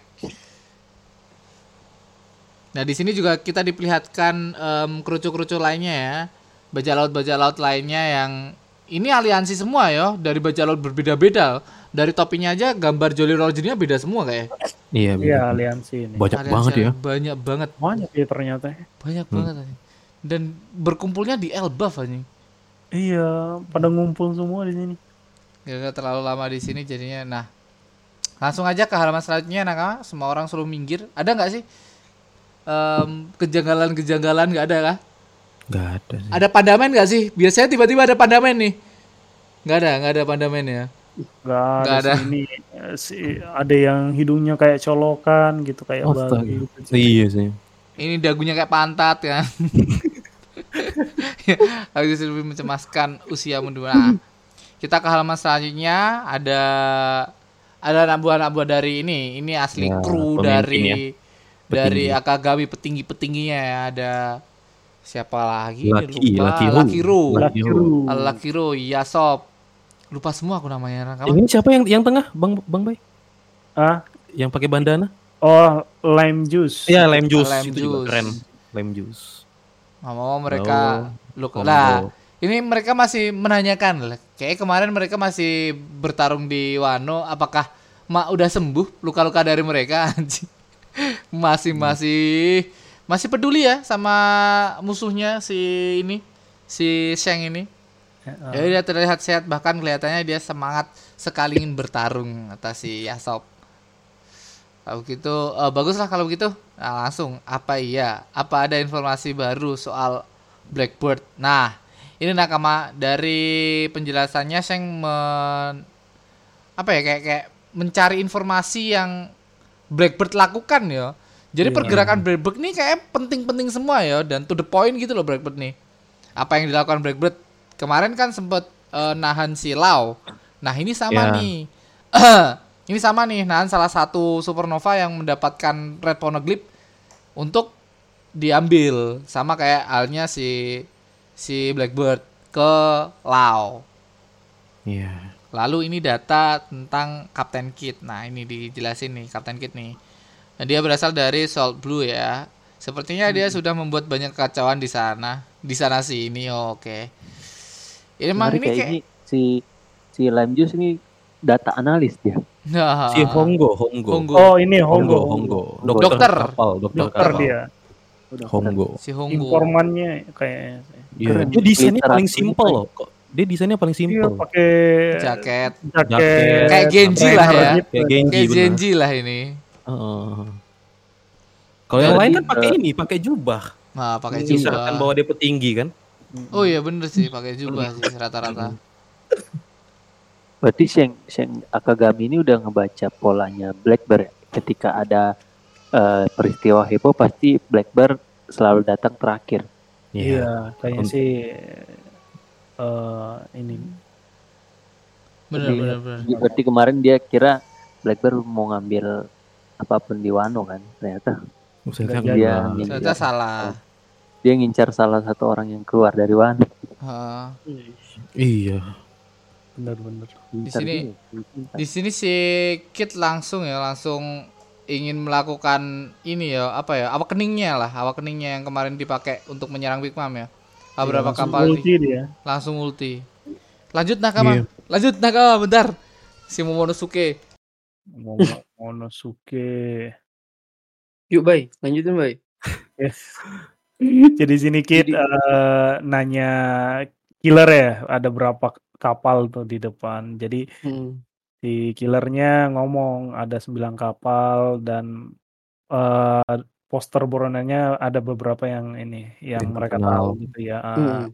Nah di sini juga kita diperlihatkan um, kerucu-kerucu lainnya ya, bajak laut-bajak laut lainnya yang ini aliansi semua ya, dari bajak laut berbeda-beda. Dari topinya aja gambar Jolly Roger-nya beda semua kayak. Iya, Iya, bener. aliansi ini. Banyak Aliansi banget ya. Banyak banget, Banyak ya ternyata. banyak Hmm. banget anjing. Dan berkumpulnya di Elbaf anjing. Iya, pada ngumpul semua di sini. Gak terlalu lama di sini jadinya. Nah, langsung aja ke halaman selanjutnya Nakama. Semua orang suruh minggir. Ada nggak sih em, kejanggalan-kejanggalan? Nggak ada kah? Gak ada sih. Ada pandamen nggak sih? Biasanya tiba-tiba ada pandamen nih. Nggak ada, nggak ada pandamen ya. Gak Nggak ada, ada. sih ini eh, si, ada yang hidungnya kayak colokan gitu kayak Astaga. babi gitu. Iya sih. Ini dagunya kayak pantat kan. Harus lebih mencemaskan usia muda. Nah, kita ke halaman selanjutnya ada ada anak buah-anak buah dari ini. Ini asli Ya, kru pemimpin dari ya. dari Petinggi. Akagami petinggi-petingginya ya. Ada siapa lagi? Ini Lucky, lupa. Lucky Ru. Lakiro. Lucky Ru. Lakiro. Lakiro, Yasop. Lupa semua aku namanya. Nakama. Ini siapa yang yang tengah, Bang Bang Bay? Ah, Yang pakai bandana? oh, lime juice. Iya, lime juice. Lime Itu juga juice. keren. Lime juice. Mau mereka look Combo. lah. Ini mereka masih menanyakan lah. Kayak kemarin mereka masih bertarung di Wano. Apakah mak udah sembuh luka-luka dari mereka? Anjing. masih masih masih peduli ya sama musuhnya si ini si Sheng ini. Ah. Ya dia terlihat sehat, bahkan kelihatannya dia semangat sekali ingin bertarung atas si Yasop. Kalau gitu eh, baguslah kalau begitu. Nah, langsung apa iya? Apa ada informasi baru soal Blackbird? Nah, ini Nakama dari penjelasannya Sheng men apa ya kayak kayak mencari informasi yang Blackbird lakukan ya. Jadi Iya. pergerakan Blackbird nih kayak penting-penting semua ya dan to the point gitu loh Blackbird nih. Apa yang dilakukan Blackbird? Kemarin kan sempet eh, nahan si Lau. Nah, ini sama Ya. nih. Ini sama nih, nahan salah satu supernova yang mendapatkan red poneglyph untuk diambil sama kayak halnya si si Blackbird ke Lau. Iya. Lalu ini data tentang Captain Kid. Nah, ini dijelasin nih Captain Kid nih. Nah, dia berasal dari Salt Blue ya. Sepertinya dia sudah membuat banyak kekacauan di sana. Di sana sini. Oh, oke. Ini emang Menarik ini kayak kayak ini si si lime juice ini data analis dia. nah, Si Honggo, Honggo. Honggo. Oh, ini Honggo, Honggo. Honggo. Dokter. kapal, dokter, Dokter kapal. dia. Honggo. Si Honggo. Informannya kayak Iya, Keren. dia desainnya Literatur paling simple loh. Kok dia desainnya paling dia simple. pakai Jaket. jaket Kayak Genji lah ya. gitu. Kayak Genji. Kayak benar. Zenji lah ini. Heeh. Kalau yang Jadi, lain kan pakai eh, ini, pakai jubah. Nah, pakai Mengisyaratkan jubah. bahwa dia petinggi kan. Oh iya bener sih, pakai jubah sih rata-rata. Berarti Sheng Sheng Akagami ini udah ngebaca polanya Blackbird ya? Ketika ada eh, peristiwa heboh pasti Blackbird selalu datang terakhir. Iya, kayaknya sih eh ini. Bener Jadi, bener bener. berarti kemarin dia kira Blackbird mau ngambil apapun di Wano kan, ternyata Ternyata Nggak dia enggak. ngincar, Ternyata salah. dia ngincar salah satu orang yang keluar dari Wano. Heeh. Iya. Bener-bener. Di Pintar sini dia, pintar. di sini si Kit langsung ya langsung ingin melakukan ini ya apa ya awak keningnya lah awak keningnya yang kemarin dipakai untuk menyerang Big Mom ya. Beberapa Langsung kapal ulti di- dia. langsung ulti. Lanjut Nakama, Iya. lanjut Nakama bentar. Si Momonosuke. Momo- Momonosuke. Yuk, Bay. Lanjutin, Bay. Yes. Jadi sini Kit Jadi- eh, nanya killer ya, ada berapa kapal tuh di depan. Jadi Hmm. si killernya ngomong ada sembilan kapal dan eh, poster buronannya ada beberapa yang ini yang Yang mereka terkenal. tahu gitu ya. Ah, Hmm.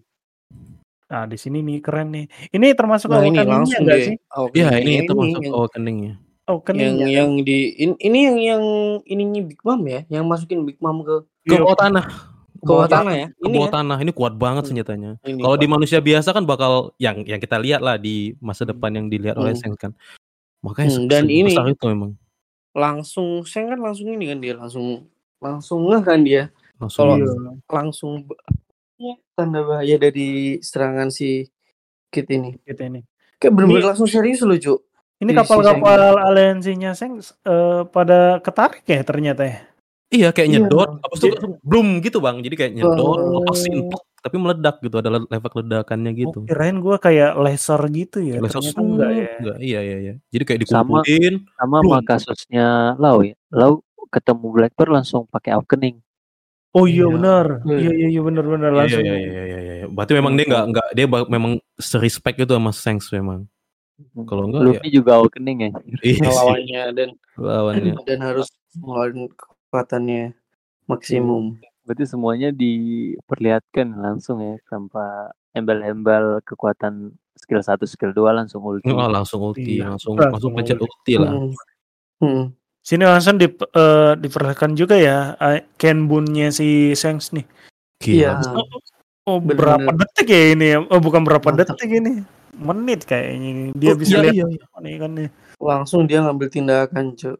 Nah di sini nih keren nih. Ini termasuk Nah, ini awakeningnya langsung nggak dia. sih? Iya, Awakening. ini itu masuk yang, awakeningnya. yang Awakeningnya. yang di in- ini yang yang ininya Big Mom ya, yang masukin Big Mom ke Ke bawah tanah. ke bawah tanah ya. Ke Ini bawah ya. tanah. Ini kuat banget Hmm. senjatanya. Ini Kalau di kuat. manusia biasa kan bakal yang yang kita lihat lah di masa depan yang dilihat oleh Hmm. Seng kan. Makanya Hmm, se- dan ini- sebesar itu memang. langsung Seng kan langsung ini kan dia langsung langsung ngeh kan dia Langsung Kalau- Iya. langsung ba- ya, tanda bahaya dari serangan si Kit ini. Gitu ini. Kayak bener-bener Ini- langsung serius loh, Cuk. Ini Di kapal-kapal aliansinya Seng eh, pada ketarik ya ternyata ya. Iya kayak Iya. nyedot, habis itu Dia- langsung blum gitu bang. Jadi kayak nyedot, Oh. lepasin, plek, tapi meledak gitu. Ada le- efek ledakannya gitu. Oh, kirain gue kayak laser gitu ya. Laser Ternyata sung, enggak ya. enggak, iya iya iya. Jadi kayak Sama- dikumpulin. Sama Belum. sama kasusnya Lau ya. Lau ketemu Blackbird langsung pakai awakening. Oh iya Iya. benar. Iya. Iya iya iya benar benar Iya langsung. iya iya iya iya. Berarti memang dia enggak enggak dia ba- memang serespect itu sama Sengs memang. Kalau enggak Luffy juga awakening ya. Iya sih, Lawannya dan lawannya. dan harus mengeluarkan kekuatannya maksimum. Berarti semuanya diperlihatkan langsung ya tanpa embel-embel kekuatan skill satu, skill dua langsung ulti. Oh, langsung ulti, Iya. langsung Langsung langsung pencet ulti. ulti lah. Hmm. Hmm. Sini langsung di, eh, diperlihatkan juga ya eh, Kenbunnya si Sengs nih. Iya. Gila. Oh Bener-bener. berapa detik ya ini ya? Oh bukan berapa Mantap. detik ini. Menit kayaknya ini. Dia Oh, bisa iya, lihat iya, nih kan nih. Langsung dia ngambil tindakan, Cuk.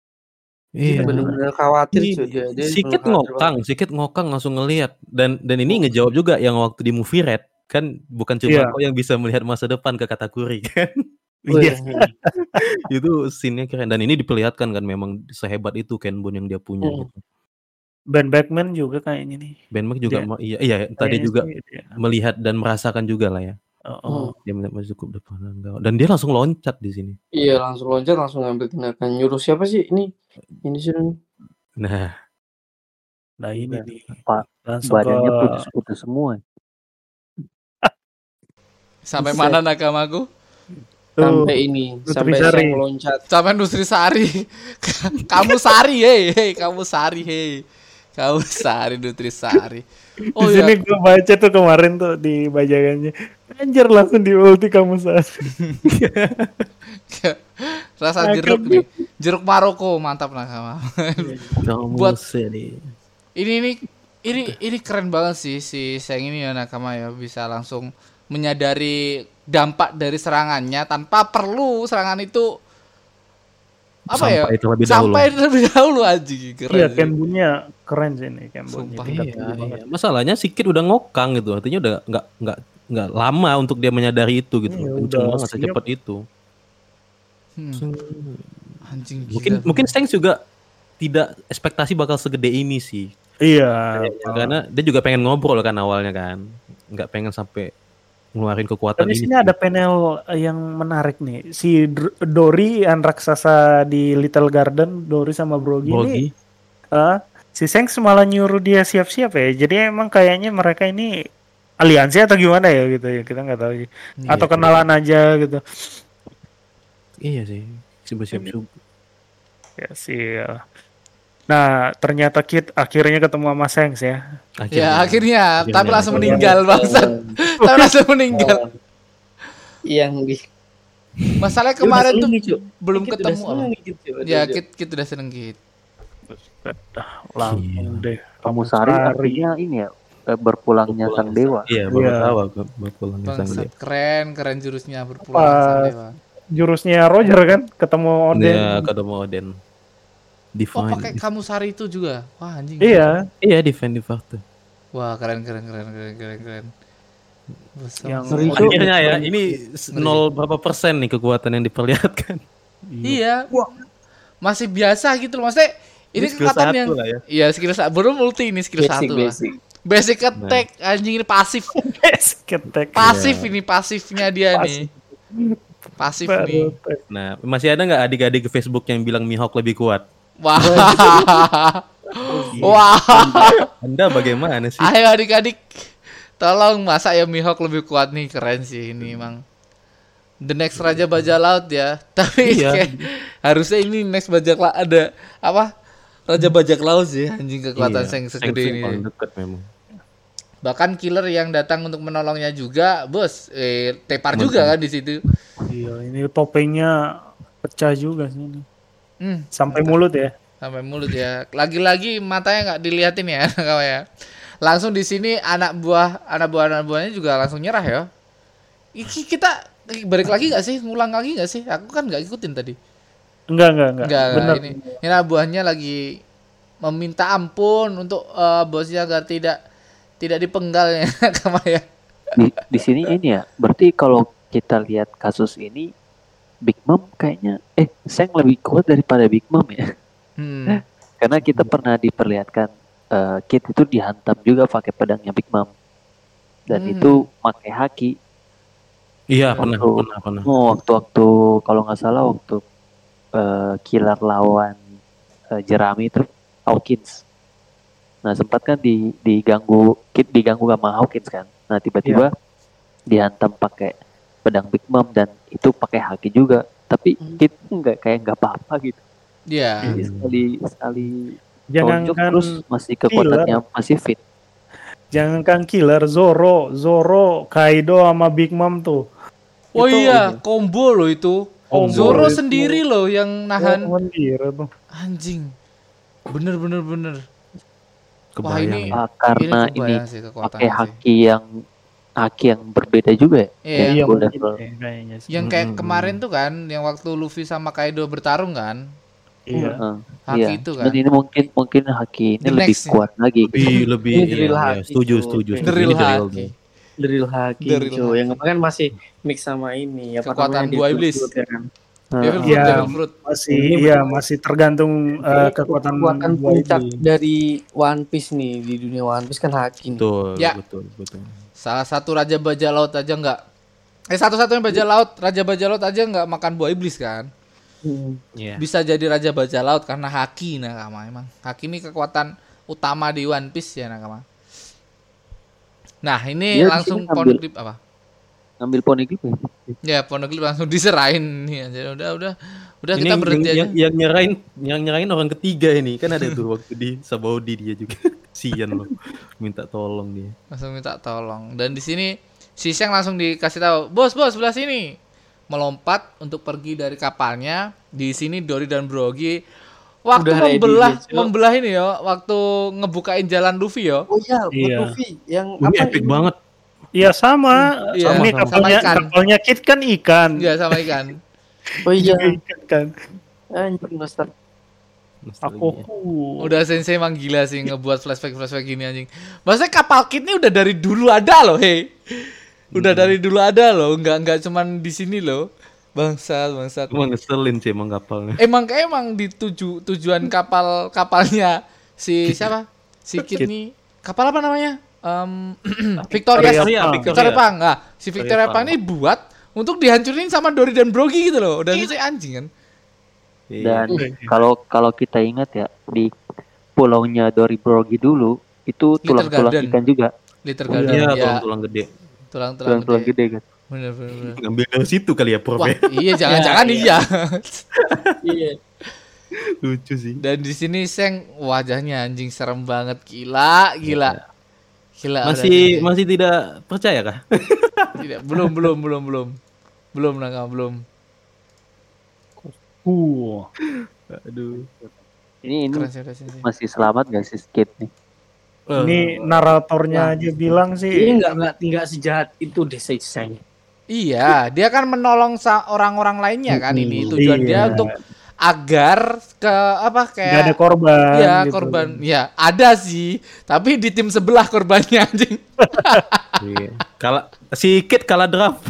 Iya. Bener-bener khawatir, Ini Cuk. Dia, dia Sikit bener-bener khawatir ngokang, sikit ngokang langsung ngelihat dan dan ini ngejawab juga yang waktu di movie Red kan bukan cuma Iya. kau yang bisa melihat masa depan ke Katakuri kan. banget. Iya. Itu scene-nya keren dan ini diperlihatkan kan memang sehebat itu Kenbun yang dia punya Hmm. gitu. Ben Beckman juga kayaknya nih. Ben Mac juga Dia- ma- iya iya tadi Kayaknya juga sih dia. melihat dan merasakan juga lah ya. Oh, oh. Hmm. Dia melihat masih cukup depan enggak. Dan dia langsung loncat di sini. Iya, langsung loncat, langsung ngambil tindakan. Nyuruh siapa sih? Ini ini sih. Nah, Nah ini Iya. nih. Pak, Langsung Badannya ke putus-putus semua. Sampai Buset. mana Nakamaku? tuh. Sampai ini, sampai Nutrisari. Seng loncat. Sampai Nutrisari. Kamu Sari, hei, hei, kamu Sari, hei. Kamu Sari Nutrisari. Di Oh sini iya, gue baca tuh kemarin tuh di bajakannya. Anjir langsung di ulti kamu saat. rasa jeruk nih. Jeruk Maroko, mantap Nakama. kamu Buat- sedih. ini ini ini ini keren banget sih si Seng ini ya Nakama ya bisa langsung menyadari dampak dari serangannya tanpa perlu serangan itu apa ya Sampai terlebih dahulu. sampai terlebih dahulu aja keren Iya sih. Kenbunnya keren sih nih Kenbunnya. Sumpah, Tingkat Iya, tinggi banget. iya. Masalahnya Sikit udah ngokang gitu. Artinya udah nggak nggak nggak lama untuk dia menyadari itu gitu. Iya, Kenceng udah banget siap. secepat itu. Hmm, anjing gila. Mungkin mungkin Stengs juga tidak ekspektasi bakal segede ini sih. Iya. Ya, karena dia juga pengen ngobrol kan awalnya kan. Nggak pengen sampai ngeluarin kekuatan Tapi ini. sini ada panel yang menarik nih. Si Dr- Dory yang raksasa di Little Garden, Dory sama Brogy, ini Brogy. eh, si Sengs malah nyuruh dia siap-siap ya. Jadi emang kayaknya mereka ini aliansi atau gimana ya gitu ya. Kita nggak tahu. Iya, Atau kenalan aja gitu. Iya sih. Siap-siap juga. Ya sih. ya. Nah, ternyata Kit akhirnya ketemu sama Sengs ya. Ya akhirnya, Akhirnya. tapi langsung Akhirnya. meninggal bangsat. Tapi langsung meninggal. Yang di Masalahnya Dia udah kemarin seneng tuh nih, Cuk. belum Dikit udah ketemu. seneng nih, Cuk. Ya Udah- Kit Kit udah seneng Kit. Langsung Gila. deh. Kamu Sari artinya ini ya, eh, berpulangnya sang dewa. Iya, baru Iya. tahu aku berpulangnya sang Bangsat, dewa. keren, keren jurusnya berpulang Pas sang dewa. jurusnya Roger kan ketemu Oden. Iya, ketemu Oden. Oh, Divine. pakai kamu sari itu juga. Wah, anjing. Iya, Iya, Divine Divine. Wah, keren keren keren keren keren keren. Bos, Yang bos. Itu- Akhirnya ya, ini nol berapa persen nih kekuatan yang diperlihatkan. Iya. Masih biasa gitu loh. Maksudnya ini, Ini skill kekuatan satu yang lah ya. Iya, skill satu. Baru multi ini skill Basic satu lah. basic. Basic attack anjing ini pasif. ketek. Pasif Iya. ini pasifnya dia nih. Pasif nih. Nah, masih ada nggak adik-adik ke Facebook yang bilang Mihawk lebih kuat? Wah. Wah. Anda bagaimana sih? Ayo adik-adik. Tolong masa ya Mihawk lebih kuat nih, keren sih ini emang. The next Raja Bajak Laut ya. Tapi Iya. kayak, harusnya ini next bajak laut ada apa? Raja Bajak Laut sih anjing kekuatan Iya, yang segede Shang Tsung ini. paling dekat memang. Bahkan killer yang datang untuk menolongnya juga, bos, eh tepar juga kan di situ. Iya, ini topengnya pecah juga sih ini. Hmm, Sampai mulut ya. sampai mulut ya. Lagi-lagi matanya nggak diliatin ya, kawan ya. Langsung di sini anak buah anak buah anak buahnya juga langsung nyerah ya. Iki kita balik lagi nggak sih? Ngulang lagi nggak sih? Aku kan nggak ikutin tadi. Enggak, enggak, enggak. Enggak, Bener. ini, ini anak buahnya lagi meminta ampun untuk eh, bosnya agar tidak tidak dipenggal ya, Kama ya. Di, di sini ini ya, berarti kalau kita lihat kasus ini, Big Mom kayaknya, eh, Seng lebih kuat daripada Big Mom ya. Hmm. Karena kita pernah diperlihatkan eh, Kid itu dihantam juga pakai pedangnya Big Mom. Dan Hmm. itu pakai haki. Iya, pernah, Waktu- pernah, pernah. Oh, waktu-waktu kalau nggak salah waktu eh, killer lawan eh, Jerami itu Hawkins. Nah sempat kan di diganggu Kid diganggu sama Hawkins kan. Nah tiba-tiba dihantam pakai pedang Big Mom dan itu pakai haki juga. Tapi Kid nggak kayak nggak apa-apa gitu. Iya. Jadi sekali sekali Jangan tonjok kan terus masih kekuatannya masih fit. jangankan killer Zoro, Zoro, Kaido sama Big Mom tuh. Oh Itu- iya, combo loh itu. Combo Zoro itu. sendiri loh yang nahan. Oh, gila tuh. Anjing. Bener bener bener. Wah, Kebayang ini- ya. Ah, karena ini ini kebayang sih kekuatannya pakai sih. haki yang haki yang berbeda juga ya. Iya. Kayak Iya, golden mungkin ball. ya, kayaknya sih. Yang kayak Mm-mm. kemarin tuh kan, yang waktu Luffy sama Kaido bertarung kan. Iya. Heeh, Haki iya. itu Cuman kan. ini mungkin mungkin haki ini The lebih next nih. kuat lagi. Lebih, lebih, Ini iya, drill iya, haki, setuju, cuy. setuju, setuju. The real Ini the real haki. tuh. Drill haki The real cuy. haki. Yang kemarin masih mix sama ini ya Kekuatan buah iblis. Ya kan? Heeh. Devil Fruit, Iya. Devil Fruit. Masih Ini iya, betul. masih tergantung eh, kekuatan Kekuatan buah puncak iblis. dari One Piece nih, di dunia One Piece kan haki nih. Betul, Ya. betul, betul. Salah satu raja bajak laut aja nggak. Eh satu-satunya bajak laut, raja bajak laut aja nggak makan buah iblis kan. Hmm. Iya. Bisa jadi raja bajak laut karena haki Nakama emang. Haki ini kekuatan utama di One Piece ya Nakama. Nah, ini Dia di langsung sini ngambil- Poneglyph apa? Ngambil poneglyph ya. Ya, Poneglyph langsung diserahin nih aja. Udah, udah. Udah Ini kita yang, berhenti yang, aja. yang, yang nyerahin, yang nyerahin orang ketiga ini kan ada tuh waktu di Sabaudi dia juga. Sian loh, minta tolong dia. Langsung minta tolong. Dan di sini si Shang langsung dikasih tahu, "Bos, bos, sebelah sini." Melompat untuk pergi dari kapalnya. Di sini Dory dan Brogy waktu Udah ready membelah dia, Cok. membelah ini ya, waktu ngebukain jalan Luffy ya. Oh iya, buat Iya. Luffy yang Ini apa epic ini? banget. Iya sama. Iya, ini sama- kapalnya sama ikan. kapalnya Kid kan ikan. Iya sama ikan. Oh iya, Ikan kan. anjing nostalgia. Aku Nostalgia. Udah Sensei emang gila sih ngebuat flashback-flashback gini anjing. Maksudnya kapal Kid ini udah dari dulu ada loh, hei. Udah dari dulu ada loh, nggak nggak cuman di sini loh. Bangsat, bangsat. Cuma ngeselin sih emang kapalnya. Emang kayak emang di tuju, tujuan kapal kapalnya si siapa? Si Kid Kid. nih. Kapal apa namanya? Em, Victoria, Victoria, Victoria, Victoria. Pang. Nah, si Victoria Victoria Pang ini buat untuk dihancurin sama Dory dan Brogy gitu loh. Dan itu anjing kan. Dan Iya. kalau kalau kita ingat ya di pulaunya Dory Brogy dulu itu tulang-tulang Garden. ikan juga, Liter Iya, Garden. Ya, tulang-tulang gede. tulang-tulang tulang-tulang gede. gede kan. Bener, bener, bener. Ngambil dari situ kali ya, Prof. Wah, ya. iya jangan-jangan iya. Iya. Lucu sih. Dan di sini Seng wajahnya anjing serem banget, gila, gila. Gila. Masih udah, masih tidak percaya kah? tidak, belum, belum, belum, belum. Belum Naka, belum. Uh. Aduh. Ini ini Keren sih udah sini. masih selamat gak sih Kid nih? Ini naratornya Wah. aja bilang Ini sih. nggak nggak nggak sejahat itu deh saya. Iya, dia kan menolong sa- orang-orang lainnya kan Mm-mm. ini tujuan dia Iya. untuk agar ke apa kayak Nggak ada korban. Iya, gitu. korban. Ya, ada sih, tapi di tim sebelah korbannya anjing. Iya. Kalah si Kit kalah draft.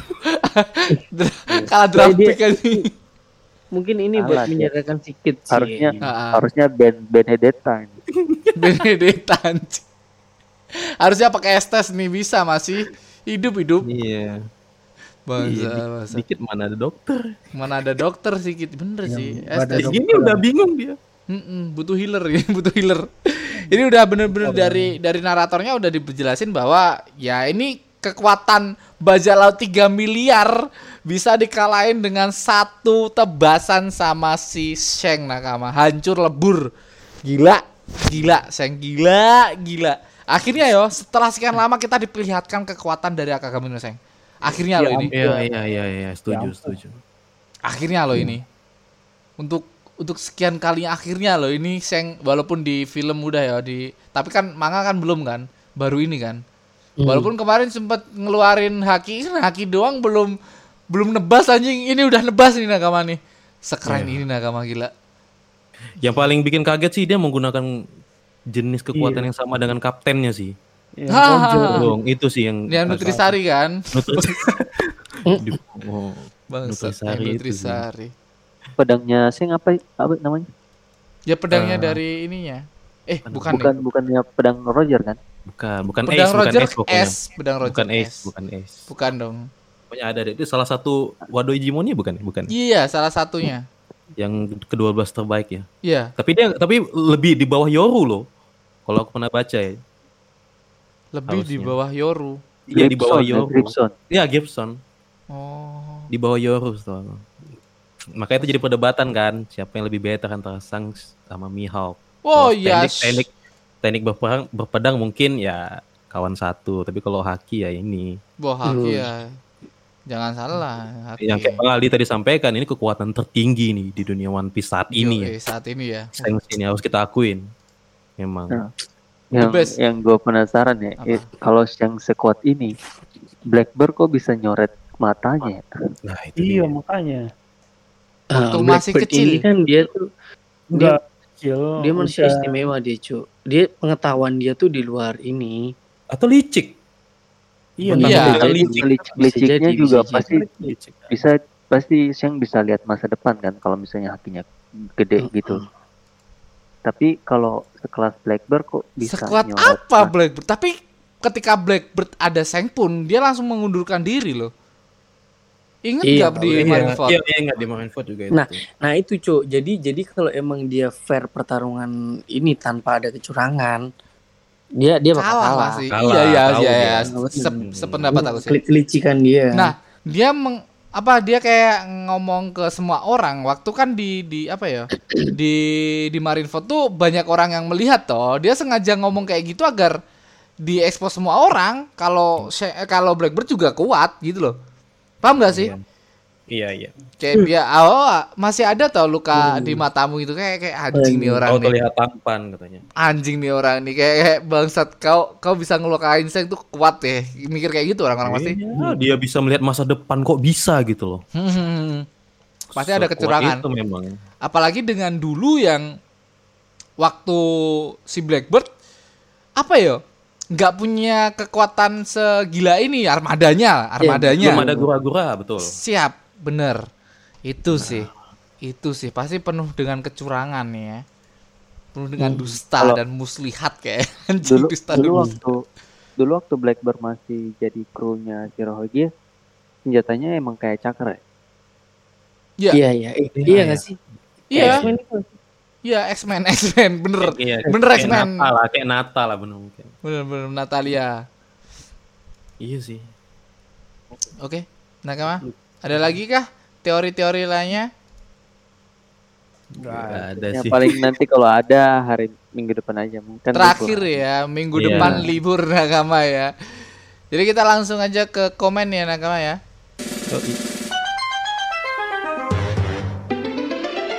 Kalah draft dia- pick anjing. Mungkin ini Salah buat dia. menyadarkan sedikit sih. Harusnya Ah, harusnya Ben Benedetta. Benedetta anjing. Harusnya pakai estes nih bisa masih hidup-hidup. Iya. Bangsa, Iya, di- bangsa. dikit mana ada dokter. Mana ada dokter sih, Kit. Bener sih. ada Estes. dokter. Gini udah bingung dia. Mm-mm, butuh healer ya, butuh healer. Ini udah bener-bener dari dari naratornya udah dijelasin bahwa ya ini kekuatan bajak laut tiga miliar bisa dikalahin dengan satu tebasan sama si Sheng Nakama. Hancur lebur. Gila, gila, Sheng gila, gila. Akhirnya yo, setelah sekian lama kita diperlihatkan kekuatan dari Akagami no Sheng. Akhirnya loh ini. Iya iya iya iya setuju Ya setuju. Akhirnya loh ini. Untuk untuk sekian kali akhirnya loh ini Sheng walaupun di film udah ya di tapi kan manga kan belum kan, baru ini kan. Hmm. Walaupun kemarin sempat ngeluarin haki, kan haki doang belum belum nebas anjing. Ini udah nebas nih Nakama nih. Sekeren ini Nakama gila. Yang paling bikin kaget sih dia menggunakan jenis kekuatan yang sama dengan kaptennya sih. Ya, Ha, Roger. ha, ha. Dong, itu sih yang Yang Nutrisari kan. Nutrisari. Duh, oh, Bangsat Nutrisari yang itu Nutrisari. Pedangnya Sing apa apa namanya? Ya pedangnya Ah. dari ininya. Eh, bukan Bukan deh. bukannya pedang Roger kan? bukan bukan Pedang Ace, bukan Roger Ace pokoknya. S, pedang Roger Bukan Ace, S. bukan Ace. Bukan dong. Pokoknya ada deh. Itu salah satu Wado Ijimonnya bukan? Bukan. Iya, salah satunya. Yang kedua belas terbaik ya. Iya. Tapi dia tapi lebih di bawah Yoru loh. Kalau aku pernah baca ya. Lebih di Harusnya. bawah Yoru. Iya di bawah Gibson, ya, Yoru. Gibson. Iya Gibson. Oh. Di bawah Yoru setahu aku. Makanya itu jadi perdebatan kan, siapa yang lebih better antara Shanks sama Mihawk. Oh Kalau iya. Teknik teknik, teknik berperang berpedang mungkin ya kawan satu, tapi kalau haki ya ini. Wah, Haki ya. Jangan salah, Haki. Yang kayak Bang Aldi tadi sampaikan, ini kekuatan tertinggi nih di dunia One Piece saat ini ya. Yoi, saat ini ya. Shanks ini harus kita akuin. Memang. Nah. The Yang best. yang gue penasaran ya, Apa? eh, kalau yang sekuat ini, Blackbird kok bisa nyoret matanya? ya? Nah, itu Iya dia. makanya. Waktu Ah, masih Blackbird kecil. ini kan dia tuh Enggak kecil. dia manusia udah- istimewa dia, Cuk. Dia pengetahuan dia tuh di luar ini. Atau licik. Iya. Iya. Bisa Atau jadi licik. licik- Bisa liciknya jadi, juga bisa pasti Licik. bisa pasti yang bisa lihat masa depan kan kalau misalnya hakinya gede gitu. Tapi kalau sekelas Blackbird kok bisa Sekuat nyoret apa mata? Blackbird? Tapi ketika Blackbird ada Seng pun dia langsung mengundurkan diri loh. Ingat Iya, nggak di iya. Marineford? Iya, iya enggak di Marineford juga itu. Nah, Nah itu Cuk, jadi jadi kalau emang dia fair pertarungan ini tanpa ada kecurangan, dia dia bakal Kalah kalah. masih. Kalah, Iya iya tahu iya. dia. iya. Hmm. Se- sependapat aku sih. Klik kelicikan dia. Nah, dia meng, apa dia kayak ngomong ke semua orang waktu kan di di apa ya? Di di Marineford tuh banyak orang yang melihat toh. Dia sengaja ngomong kayak gitu agar diekspos semua orang kalau She- eh, kalau Blackbird juga kuat gitu loh. Paham gak sih? Iya. Iya, iya. Kayak dia oh masih ada tau luka di matamu gitu kayak kayak anjing nih orang Kau nih. terlihat tampan katanya. Anjing nih orang nih kayak, kayak bangsat kau kau bisa ngelukain Seng tuh kuat deh. Mikir kayak gitu orang-orang pasti. Iya, dia bisa melihat masa depan kok bisa gitu loh. Hmm. Pasti ada Sekuat kecurangan. Itu memang. Apalagi dengan dulu yang waktu si Blackbird apa ya nggak punya kekuatan segila ini armadanya armadanya Belum ada gura-gura, betul. siap bener itu sih itu sih pasti penuh dengan kecurangan nih ya penuh dengan dusta Kalau- dan muslihat kayak anjing Dulu dusta dulu dan waktu dulu waktu Blackbird masih jadi krunya Shirohige, senjatanya emang kayak cakra ya? iya Iya iya iya, Iya, iya iya. nggak sih? iya X-Men itu. iya X-Men X-Men bener Iya, bener kayak X-Men Nata lah, kayak Nata lah bener mungkin. bener bener Natalia Iya sih. oke Nakama ada lagi kah teori-teori lainnya? Nggak ada Ya sih. paling nanti kalau ada hari minggu depan aja mungkin. Terakhir ya minggu Iya. depan libur Nakama ya. Jadi kita langsung aja ke komen ya Nakama ya. Oh, i-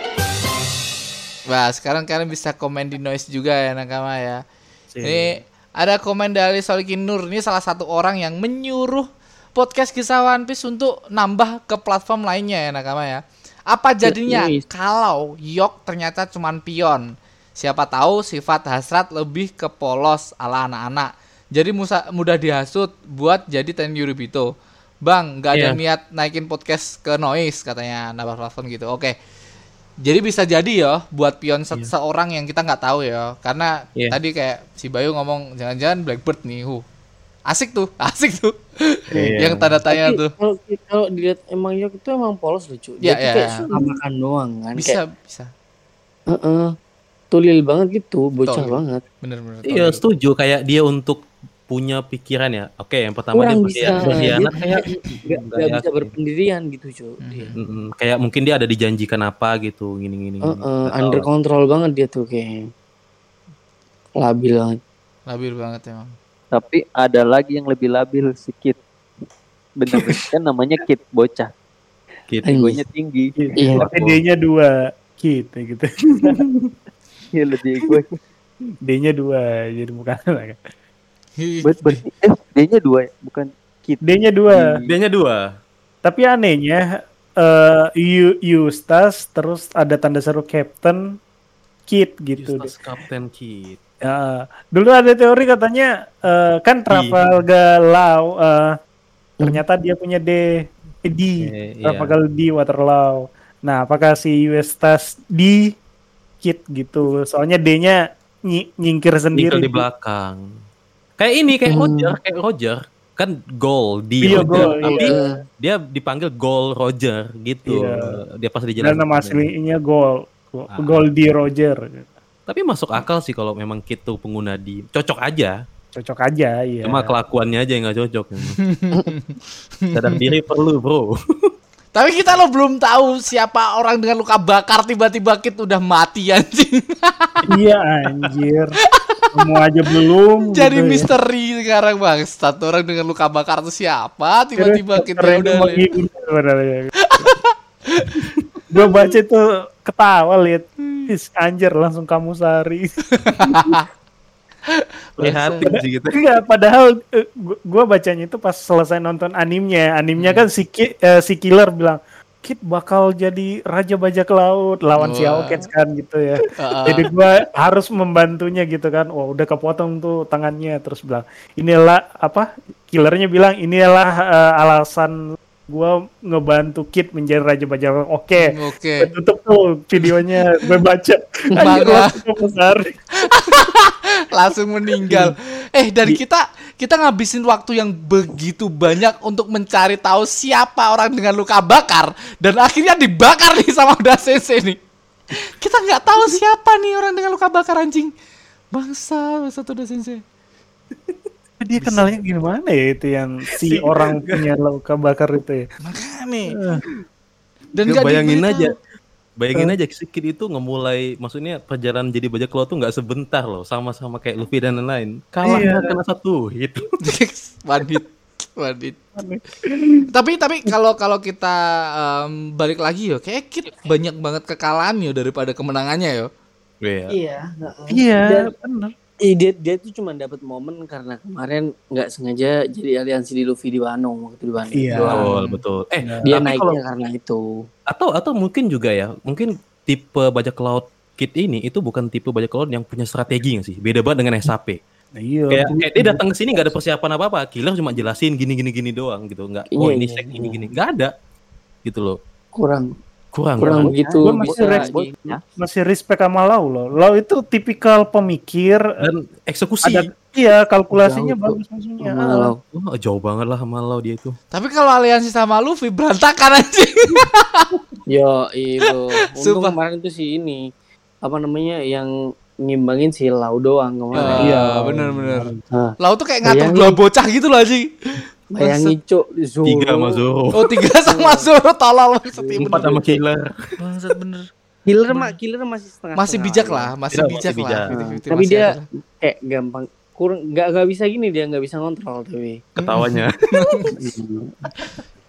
Wah sekarang kalian bisa komen di noise juga ya Nakama ya. sih. Ini Ada komen dari Solikin Nur. Ini salah satu orang yang menyuruh podcast Kisah One Piece untuk nambah ke platform lainnya ya nakama ya. Apa jadinya Yes. kalau Yok ternyata cuman pion? Siapa tahu sifat hasrat lebih ke polos ala anak-anak. Jadi musa, mudah dihasut buat jadi Tenryubito. Bang, nggak ada Iya. niat naikin podcast ke Noise katanya nambah platform gitu. Oke. Jadi bisa jadi ya buat pion se- seorang yang kita nggak tahu ya. Karena Iya. tadi kayak si Bayu ngomong jangan-jangan Blackbird nih. Huh. Asik tuh, asik tuh. Iya. Yang tanda tanya Tapi tuh. Kalau kalau dilihat emang Yok itu emang polos lucu. Ya, Dia tuh ya. kayak suka makan doang kan. Bisa, Kayak bisa. heeh. Tulil banget gitu, bocah Betul. banget. Bener-bener. Iya setuju kayak dia untuk punya pikiran ya. Oke yang pertama Kurang dia bisa. berkhianat, berkhianat Dia kayak Gak, nggak gak bisa yakin. berpendirian gitu cuy. Mhm. Dia. Mm-mm. Kayak mungkin dia ada dijanjikan apa gitu gini-gini. Heeh, Nggak tahu under lah. control banget dia tuh kayak labil banget. Labil banget emang. Tapi ada lagi yang lebih labil si Kid. Bener-bener kan namanya Kid bocah. Gitu. Egonya tinggi. Iya. Tapi D-nya dua gitu gitu. Iya lebih ego. D-nya dua jadi bukan lah. Ber- berarti eh D-nya dua ya, bukan Kid. D-nya dua. Dia-nya dua. Tapi anehnya eh Eu- Eustace terus ada tanda seru Captain Kid gitu. Eustace Captain Kid. Ya, dulu ada teori katanya eh, kan Trafalgar Law eh, ternyata dia punya D, eh, D, Eh, iya. Trafalgar D Waterloo. Nah, apakah si Eustace D Kid gitu? Soalnya D-nya nyi- nyingkir sendiri. Nickel di belakang. Kayak ini kayak Hmm. Roger, kayak Roger. Kan Goal di Iya, Roger. Goal, Tapi Heeh. dia dipanggil Goal Roger gitu. Iya. Dia pas Dan dijelasin. nama aslinya Gold, Ah. Goldie Roger. Tapi masuk akal sih kalau memang Kid tuh pengguna di cocok aja. Cocok aja, iya. Cuma kelakuannya aja yang nggak cocok. Sadar diri perlu bro. Tapi kita lo belum tahu siapa orang dengan luka bakar tiba-tiba Kid udah mati anjing. Iya anjir. Kamu aja belum. Jadi gitu ya. misteri sekarang bang. Satu orang dengan luka bakar itu siapa? Tiba-tiba Terus kita keren udah menghibur sebenarnya. Gue baca tuh ketawa liat. Is anjir langsung kamu sari. Prihatin sih gitu. Enggak, padahal eh, gua, gua bacanya itu pas selesai nonton animenya. Animenya kan si Ki- eh, si Killer bilang, Kid bakal jadi raja bajak laut lawan si Wah. Hawkins kan gitu ya. Heeh. Jadi gua harus membantunya gitu kan. Wah, udah kepotong tuh tangannya terus bilang, inilah apa? Killernya bilang inilah eh, alasan gua ngebantu Kid menjadi raja bajak laut. Oke. Oke. Gue tutup tuh videonya, gue baca. Anjir, Manga. langsung kamu sari. Langsung meninggal. Eh dari kita kita ngabisin waktu yang begitu banyak untuk mencari tahu siapa orang dengan luka bakar dan akhirnya dibakar nih sama Oda Sensei nih. Kita nggak tahu siapa nih orang dengan luka bakar anjing. Bangsa, bangsa Oda Sensei. Dia kenalnya gimana ya itu yang si orang punya luka bakar itu ya? Makanya. Dan Ya, nggak bayangin diberitahu. aja. Bayangin aja si Kid itu ngemulai, maksudnya perjalanan jadi bajak laut tuh nggak sebentar loh, sama-sama kayak Luffy dan lain-lain. Kalah Iya. kena satu hit. Wadid, wadid. Tapi tapi kalau kalau kita em, balik lagi yo, kayak Kid banyak banget kekalahan yo daripada kemenangannya yo. Iya. Iya. Iya, Dan- benar. Eh, dia dia tuh cuma dapat momen karena kemarin nggak sengaja jadi aliansi di Luffy di Wano waktu di Wano. Iya. doang. Betul, betul. Eh, Dia tapi naiknya kalau karena itu. atau atau mungkin juga ya, mungkin tipe bajak laut Kid ini itu bukan tipe bajak laut yang punya strategi nggak sih? Beda banget dengan S H P. Iya. Kayak, kayak dia datang ke sini nggak ada persiapan apa-apa. Killer cuma jelasin gini gini gini doang gitu. Nggak, oh Iya, ini iya, sek iya. gini gini. Nggak ada. Gitu loh. Kurang Kurang. kurang kan? begitu. Gua masih bisa respect. di- Ya. Masih respect sama Lau loh. Lau itu tipikal pemikir. Dan eksekusi. Ada iya kalkulasinya Jauh, bagus maksudnya. sama Ah. Lau. Wah, jauh banget lah sama lo dia itu. Tapi kalau aliansi sama Luffy berantakan anjing. Yo, itu. Untung Sumpah. kemarin itu si ini apa namanya yang ngimbangin si Lau doang kemarin. Iya. benar-benar. Hah. Lau tuh kayak ngatur Bayangin. dua bocah gitu loh anjing. Bayangin cuk Zoro. Tiga sama Zoro. Oh tiga sama Zoro tolol maksudnya Empat sama Killer. Bangsat bener. Killer mah killer masih setengah. Masih bijak lah, masih Tidak, bijak masih lah. bijak. Fifty-fifty Tapi masih dia ada. kayak gampang kurang nggak nggak bisa gini dia nggak bisa ngontrol tapi. Ketawanya.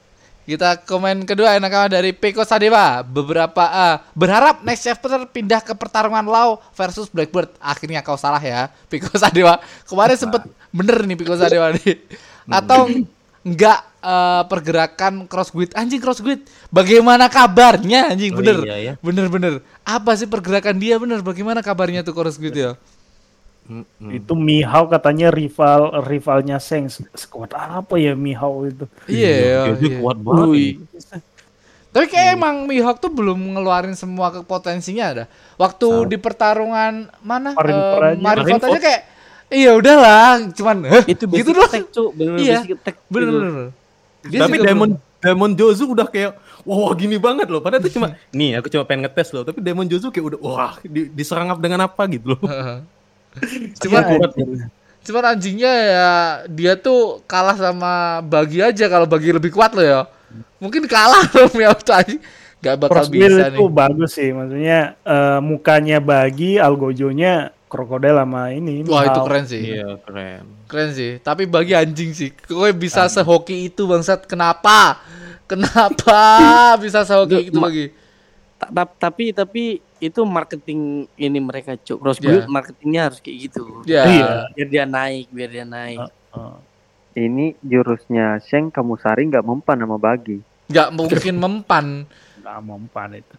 Kita komen kedua yang nakama dari Peko Sadewa. Beberapa uh, berharap next chapter pindah ke pertarungan Lau versus Blackbird. Akhirnya kau salah ya, Peko Sadewa. Kemarin sempet bener nih Peko Sadewa nih. Atau enggak uh, pergerakan Crossguard. Anjing Crossguard. Bagaimana kabarnya anjing? Bener. Oh, iya, iya. Bener-bener. Apa sih pergerakan dia bener? Bagaimana kabarnya tuh Crossguard ya? Mm-mm. Itu Mihao katanya rival rivalnya Seng. Sekuat apa ya Mihao itu? Iya, Dia iya. kuat banget. Ui. ini. Tapi kayak emang Mihawk tuh belum ngeluarin semua potensinya ada. Waktu Sama. di pertarungan mana Marineford eh, aja. Marineford aja Marineford. kayak iya udahlah, cuman heh, Itu gitu basic doang. attack, Cuk. Bener-bener Iya. basic attack. Bener gitu. bener. Dia Tapi juga Demon belum- Demon Jozu udah kayak wah gini banget loh. Padahal itu cuma nih aku cuma pengen ngetes loh. Tapi Demon Jozu kayak udah wah di, diserang dengan apa gitu loh. cuman Kuat. cuman anjingnya ya dia tuh kalah sama Bagi aja, kalau Bagi lebih kuat loh ya. Mungkin kalah loh Mihawk tuh anjing. Gak bakal Crossbuild bisa itu nih. bagus sih, maksudnya eh, mukanya Bagi, Algojonya krokodil sama ini. Wah itu Mihao. keren sih. Iya keren. Keren sih, tapi Bagi anjing sih. Kowe bisa sehoki itu bangsat. Kenapa? Kenapa bisa sehoki itu Ma- Bagi? Ta- ta- Tapi tapi itu marketing ini mereka, Cuk. Crossbuild Iya. marketingnya harus kayak gitu. Ya. Iya. Biar dia naik, biar dia naik. Oh. Ini jurusnya Sheng Kamusari nggak mempan sama Bagi. Nggak mungkin mempan. Nggak mempan itu.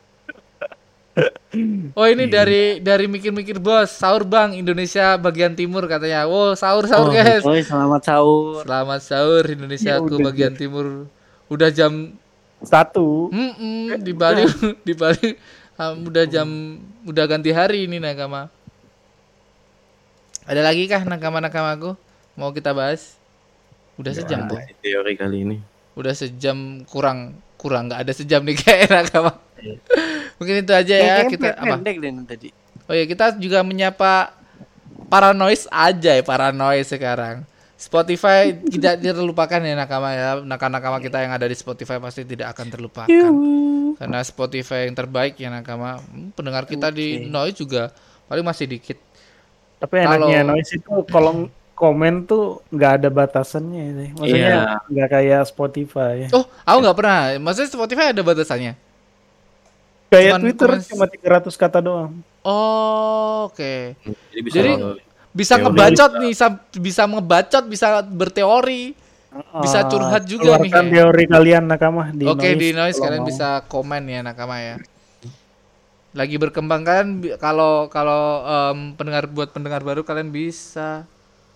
Oh ini dari dari mikir-mikir bos. Sahur bang, Indonesia bagian timur katanya. Wow sahur sahur Oh, guys. Oi, selamat sahur. Selamat sahur Indonesia Ya ke udah, bagian timur. Udah jam Satu. mm di Bali di Bali um, udah jam udah ganti hari ini nakama. Ada lagi kah nakama-nakamaku mau kita bahas? Udah sejam tuh. Teori kali ini. Udah sejam kurang kurang nggak ada sejam nih kayak nakama. Mungkin itu aja ya Kayaknya kita pe- apa? pendek deh ini tadi. Oh ya kita juga menyapa Paranoise aja ya Paranoise sekarang. Spotify tidak terlupakan ya nakama ya. Nakama-nakama kita yang ada di Spotify pasti tidak akan terlupakan. Karena Spotify yang terbaik ya nakama. Hmm, pendengar kita di Oke. Noise juga paling masih dikit. Tapi enaknya Kalau- Noise itu kolom komen tuh nggak ada batasannya ini. Maksudnya Iya. nggak kayak Spotify. Oh, aku nggak pernah. Maksudnya Spotify ada batasannya. Kayak Cuman Twitter komen- cuma tiga ratus kata doang. Oh, oke. Jadi bisa Jadi bisa teori ngebacot nih, bisa, bisa ngebacot, bisa berteori, bisa Ah, curhat juga nih. keluarkan ya. teori kalian nakama di Oke Noise. di Noise kalau kalian mau. bisa komen ya nakama ya. Lagi berkembang kan bi- kalau kalau em, pendengar buat pendengar baru kalian bisa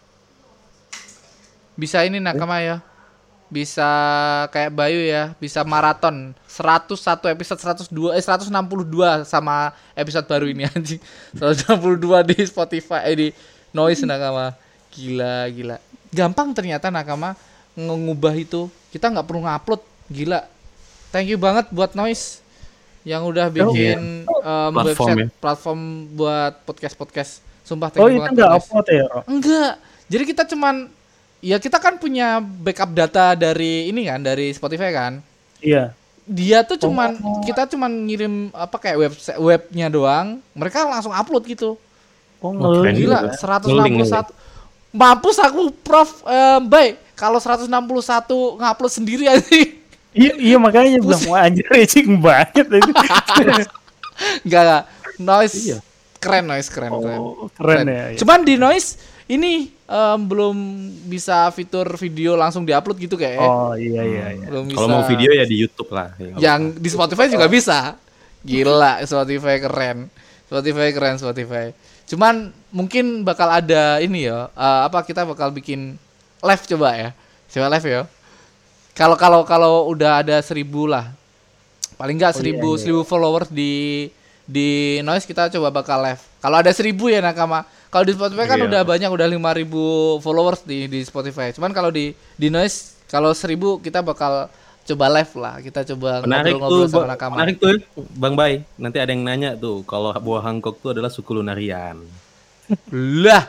bisa ini nakama ya. Bisa kayak Bayu ya, bisa maraton seratus satu episode seratus dua eh seratus enam puluh dua sama episode baru ini anjing. seratus enam puluh dua di Spotify eh di Noise nakama. Gila gila. Gampang ternyata nakama ngubah itu. Kita nggak perlu ngupload. Gila. Thank you banget buat Noise yang udah bikin em, Platform website ya. platform buat podcast-podcast. Sumpah thank Oh you itu banget. nggak buat Noise. upload ya, Ro? Enggak. Jadi kita cuman ya kita kan punya backup data dari ini kan dari Spotify kan. Iya. Dia tuh cuman kita cuman ngirim apa kayak web webnya doang. Mereka langsung upload gitu. Oh, keren ngeli. Gila, juga. seratus enam puluh satu. Mampus aku Prof eh, Bay. Kalau seratus enam puluh satu ngupload sendiri aja. Iya, iya makanya bilang wah anjir racing banget itu. Enggak enggak. Noise Iya. keren Noise keren keren. Oh, keren ya. ya. Cuman di Noise ini em, belum bisa fitur video langsung diupload gitu kayak. Oh iya iya iya. Belum bisa. Kalau mau video ya di YouTube lah. Ya, nggak Yang di Spotify juga bisa. Gila, Spotify keren. Spotify keren Spotify. Cuman mungkin bakal ada ini ya. eh, apa kita bakal bikin live coba ya. Coba live ya. Kalau kalau kalau udah ada seribu lah. Paling nggak Oh, seribu iya, iya. seribu followers di di Noise kita coba bakal live. Kalau ada seribu ya nakama. Kalau di Spotify kan Iya. udah banyak udah lima ribu followers di di Spotify. Cuman kalau di di Noise kalau seribu kita bakal coba live lah. Kita coba Menarik tuh, ngobrol-ngobrol sama Ba- nakama. menarik tuh, Bang Bay. Nanti ada yang nanya tuh, kalau buah Hancock tuh adalah suku Lunarian. Lah.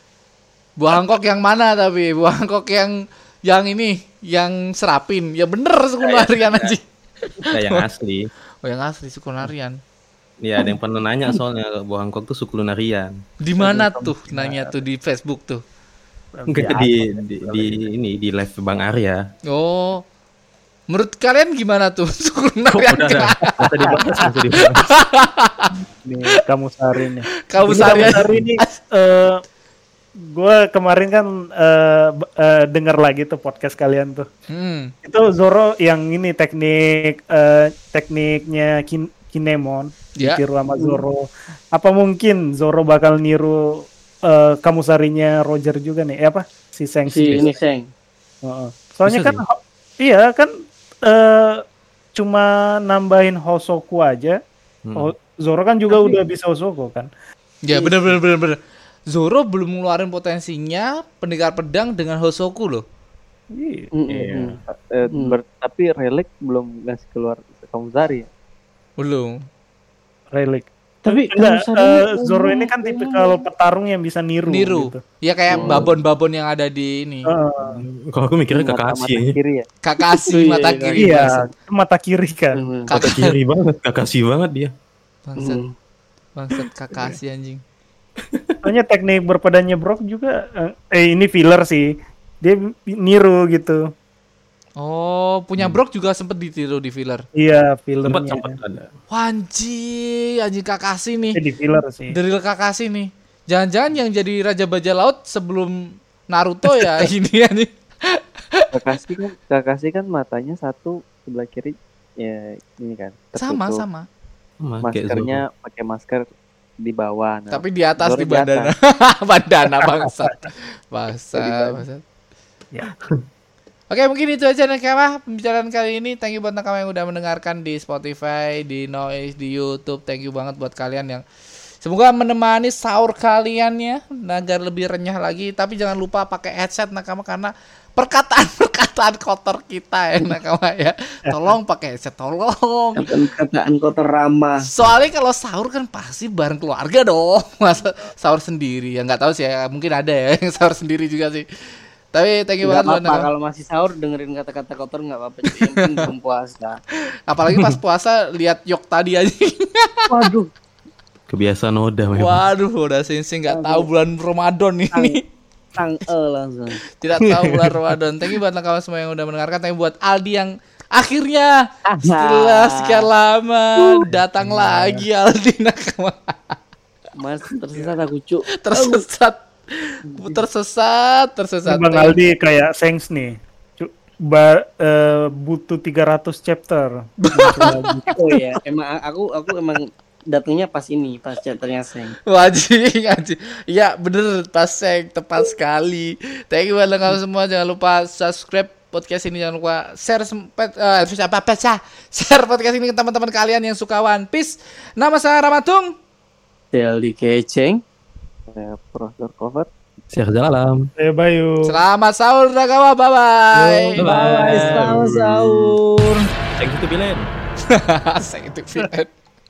Buah Hancock yang mana tapi? Buah Hancock yang yang ini, yang Serapin. Ya bener suku Lunarian anjing. Nah, yang asli. Oh yang asli suku Lunarian. Iya, ada yang pernah nanya soalnya buah Hancock tuh suku Lunarian. Di mana tuh nanya tuh di Facebook tuh. Enggak di, di, di ini di live Bang Arya. Oh. Menurut kalian gimana tuh? Sukuna Oh, yang udah, udah. Nggak usah dibahas, nggak usah dibahas. Nih kamu sari nih. Kamu Ini sari kamu sari ini. eh gue kemarin kan eh b- eh, denger lagi tuh podcast kalian tuh. Hmm. Itu Zoro yang ini teknik eh, tekniknya kin- Kinemon Ya. ditiru sama Zoro. Apa mungkin Zoro bakal niru eh, Kamusarinya Roger juga nih? Eh, apa? Si Seng Si ini Seng. Heeh. Soalnya Bisa kan ho- iya kan eh, cuma nambahin Hosoku aja. Hmm. Oh, Zoro kan juga udah bisa Hosoku kan. Ya bener bener bener bener. Zoro belum ngeluarin potensinya pendekar pedang dengan Hosoku loh. Iya. Mm, mm, Iya. mm. Eh, Hmm. ber- tapi Relic belum ngasih keluar Kamusari ya. Belum. Relic. Tapi Enggak, Kamusari eh, umum, Zoro ini kan umum. tipikal petarung yang bisa niru. Niru. Gitu. Ya kayak Oh. babon-babon yang ada di ini. Heeh. Kalau aku mikirnya Mata- Kakashi mata ya. kiri ya. Kakashi Iya, mata iya, kiri. Iya, Bangsat. itu mata kiri kan. Mm, Mata Kaka- kiri banget, Kakashi banget dia. Bangsat. mm. Bangsat Kakashi anjing. Soalnya teknik berpedangnya Brock juga eh, eh ini filler sih. Dia niru gitu. Oh, punya Brock juga sempet ditiru di filler. Iya, Sempat fillernya. sempat ada. Wanji, anjing Kakashi nih. Jadi filler sih. Deril Kakashi nih. Jangan-jangan yang jadi Raja Bajak Laut sebelum Naruto ya ini ya nih. Kakashi kan Kakashi kan matanya satu sebelah kiri ya ini kan. Sama tertutup. sama. Sama kayak Maskernya pakai masker di bawah. Nah, Tapi di atas Zoro di di bandana. bandana bangsat. Bangsat, Di bangsat. Ya. Oke, mungkin itu aja Nakama pembicaraan kali ini. Thank you buat Nakama yang udah mendengarkan di Spotify, di Noise, di YouTube. Thank you banget buat kalian yang semoga menemani sahur kalian ya agar lebih renyah lagi. Tapi jangan lupa pakai headset Nakama karena perkataan-perkataan kotor kita ya Nakama ya. Tolong pakai headset, tolong. Kataan kotor ramah. Soalnya kalau sahur kan pasti bareng keluarga dong. Masa sahur sendiri ya nggak tahu sih ya, mungkin ada ya yang sahur sendiri juga sih. Tapi thank you Nggak banget buat apa-apa Nakama. kalau masih sahur dengerin kata-kata kotor nggak apa-apa. Yang penting belum puasa. Apalagi pas puasa lihat Yok tadi aja. Waduh. kebiasaan Oda memang. Waduh, udah sing-sing nggak tahu bulan Ramadan ini. Tang e langsung. Tidak tahu bulan Ramadan. Thank you buat kawan semua yang udah mendengarkan. Thank you buat Aldi yang akhirnya setelah sekian lama datang lagi Aldi Nakama. Mas tersesat aku cuk. Tersesat. Tersesat, tersesat. Bang Aldi kayak Sengs nih. Cu- Ba, eh, butuh tiga ratus chapter. Oh iya, emang aku aku emang datangnya pas ini, pas chapternya Seng. Wajib, wajib. Iya bener, pas Seng, tepat sekali. Thank you buat kamu semua. Jangan lupa subscribe podcast ini, jangan lupa share sempet uh, apa apa share podcast ini ke teman-teman kalian yang suka One Piece. Nama saya Ramatung. Deldi Keceng. Saya Profesor Cover. Syekh Jalam. Eh Bayu. Selamat sahur Nakama, bye bye. Bye. Bye, selamat sahur. Thank you to Bilen. Seng itu villain.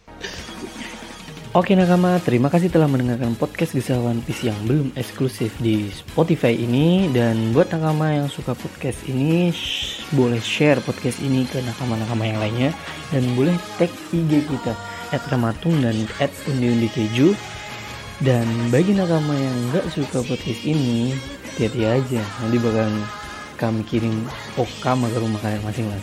Oke Nakama, terima kasih telah mendengarkan podcast Kisah One Piece yang belum eksklusif di Spotify ini. Dan buat Nakama yang suka podcast ini, sh- boleh share podcast ini ke Nakama-Nakama yang lainnya. Dan boleh tag I G kita at ramatung dan at undi-undi keju. Dan bagi Nakama yang gak suka podcast ini, hati-hati aja, nanti bakal kami kirim okama ke rumah kalian masing-masing.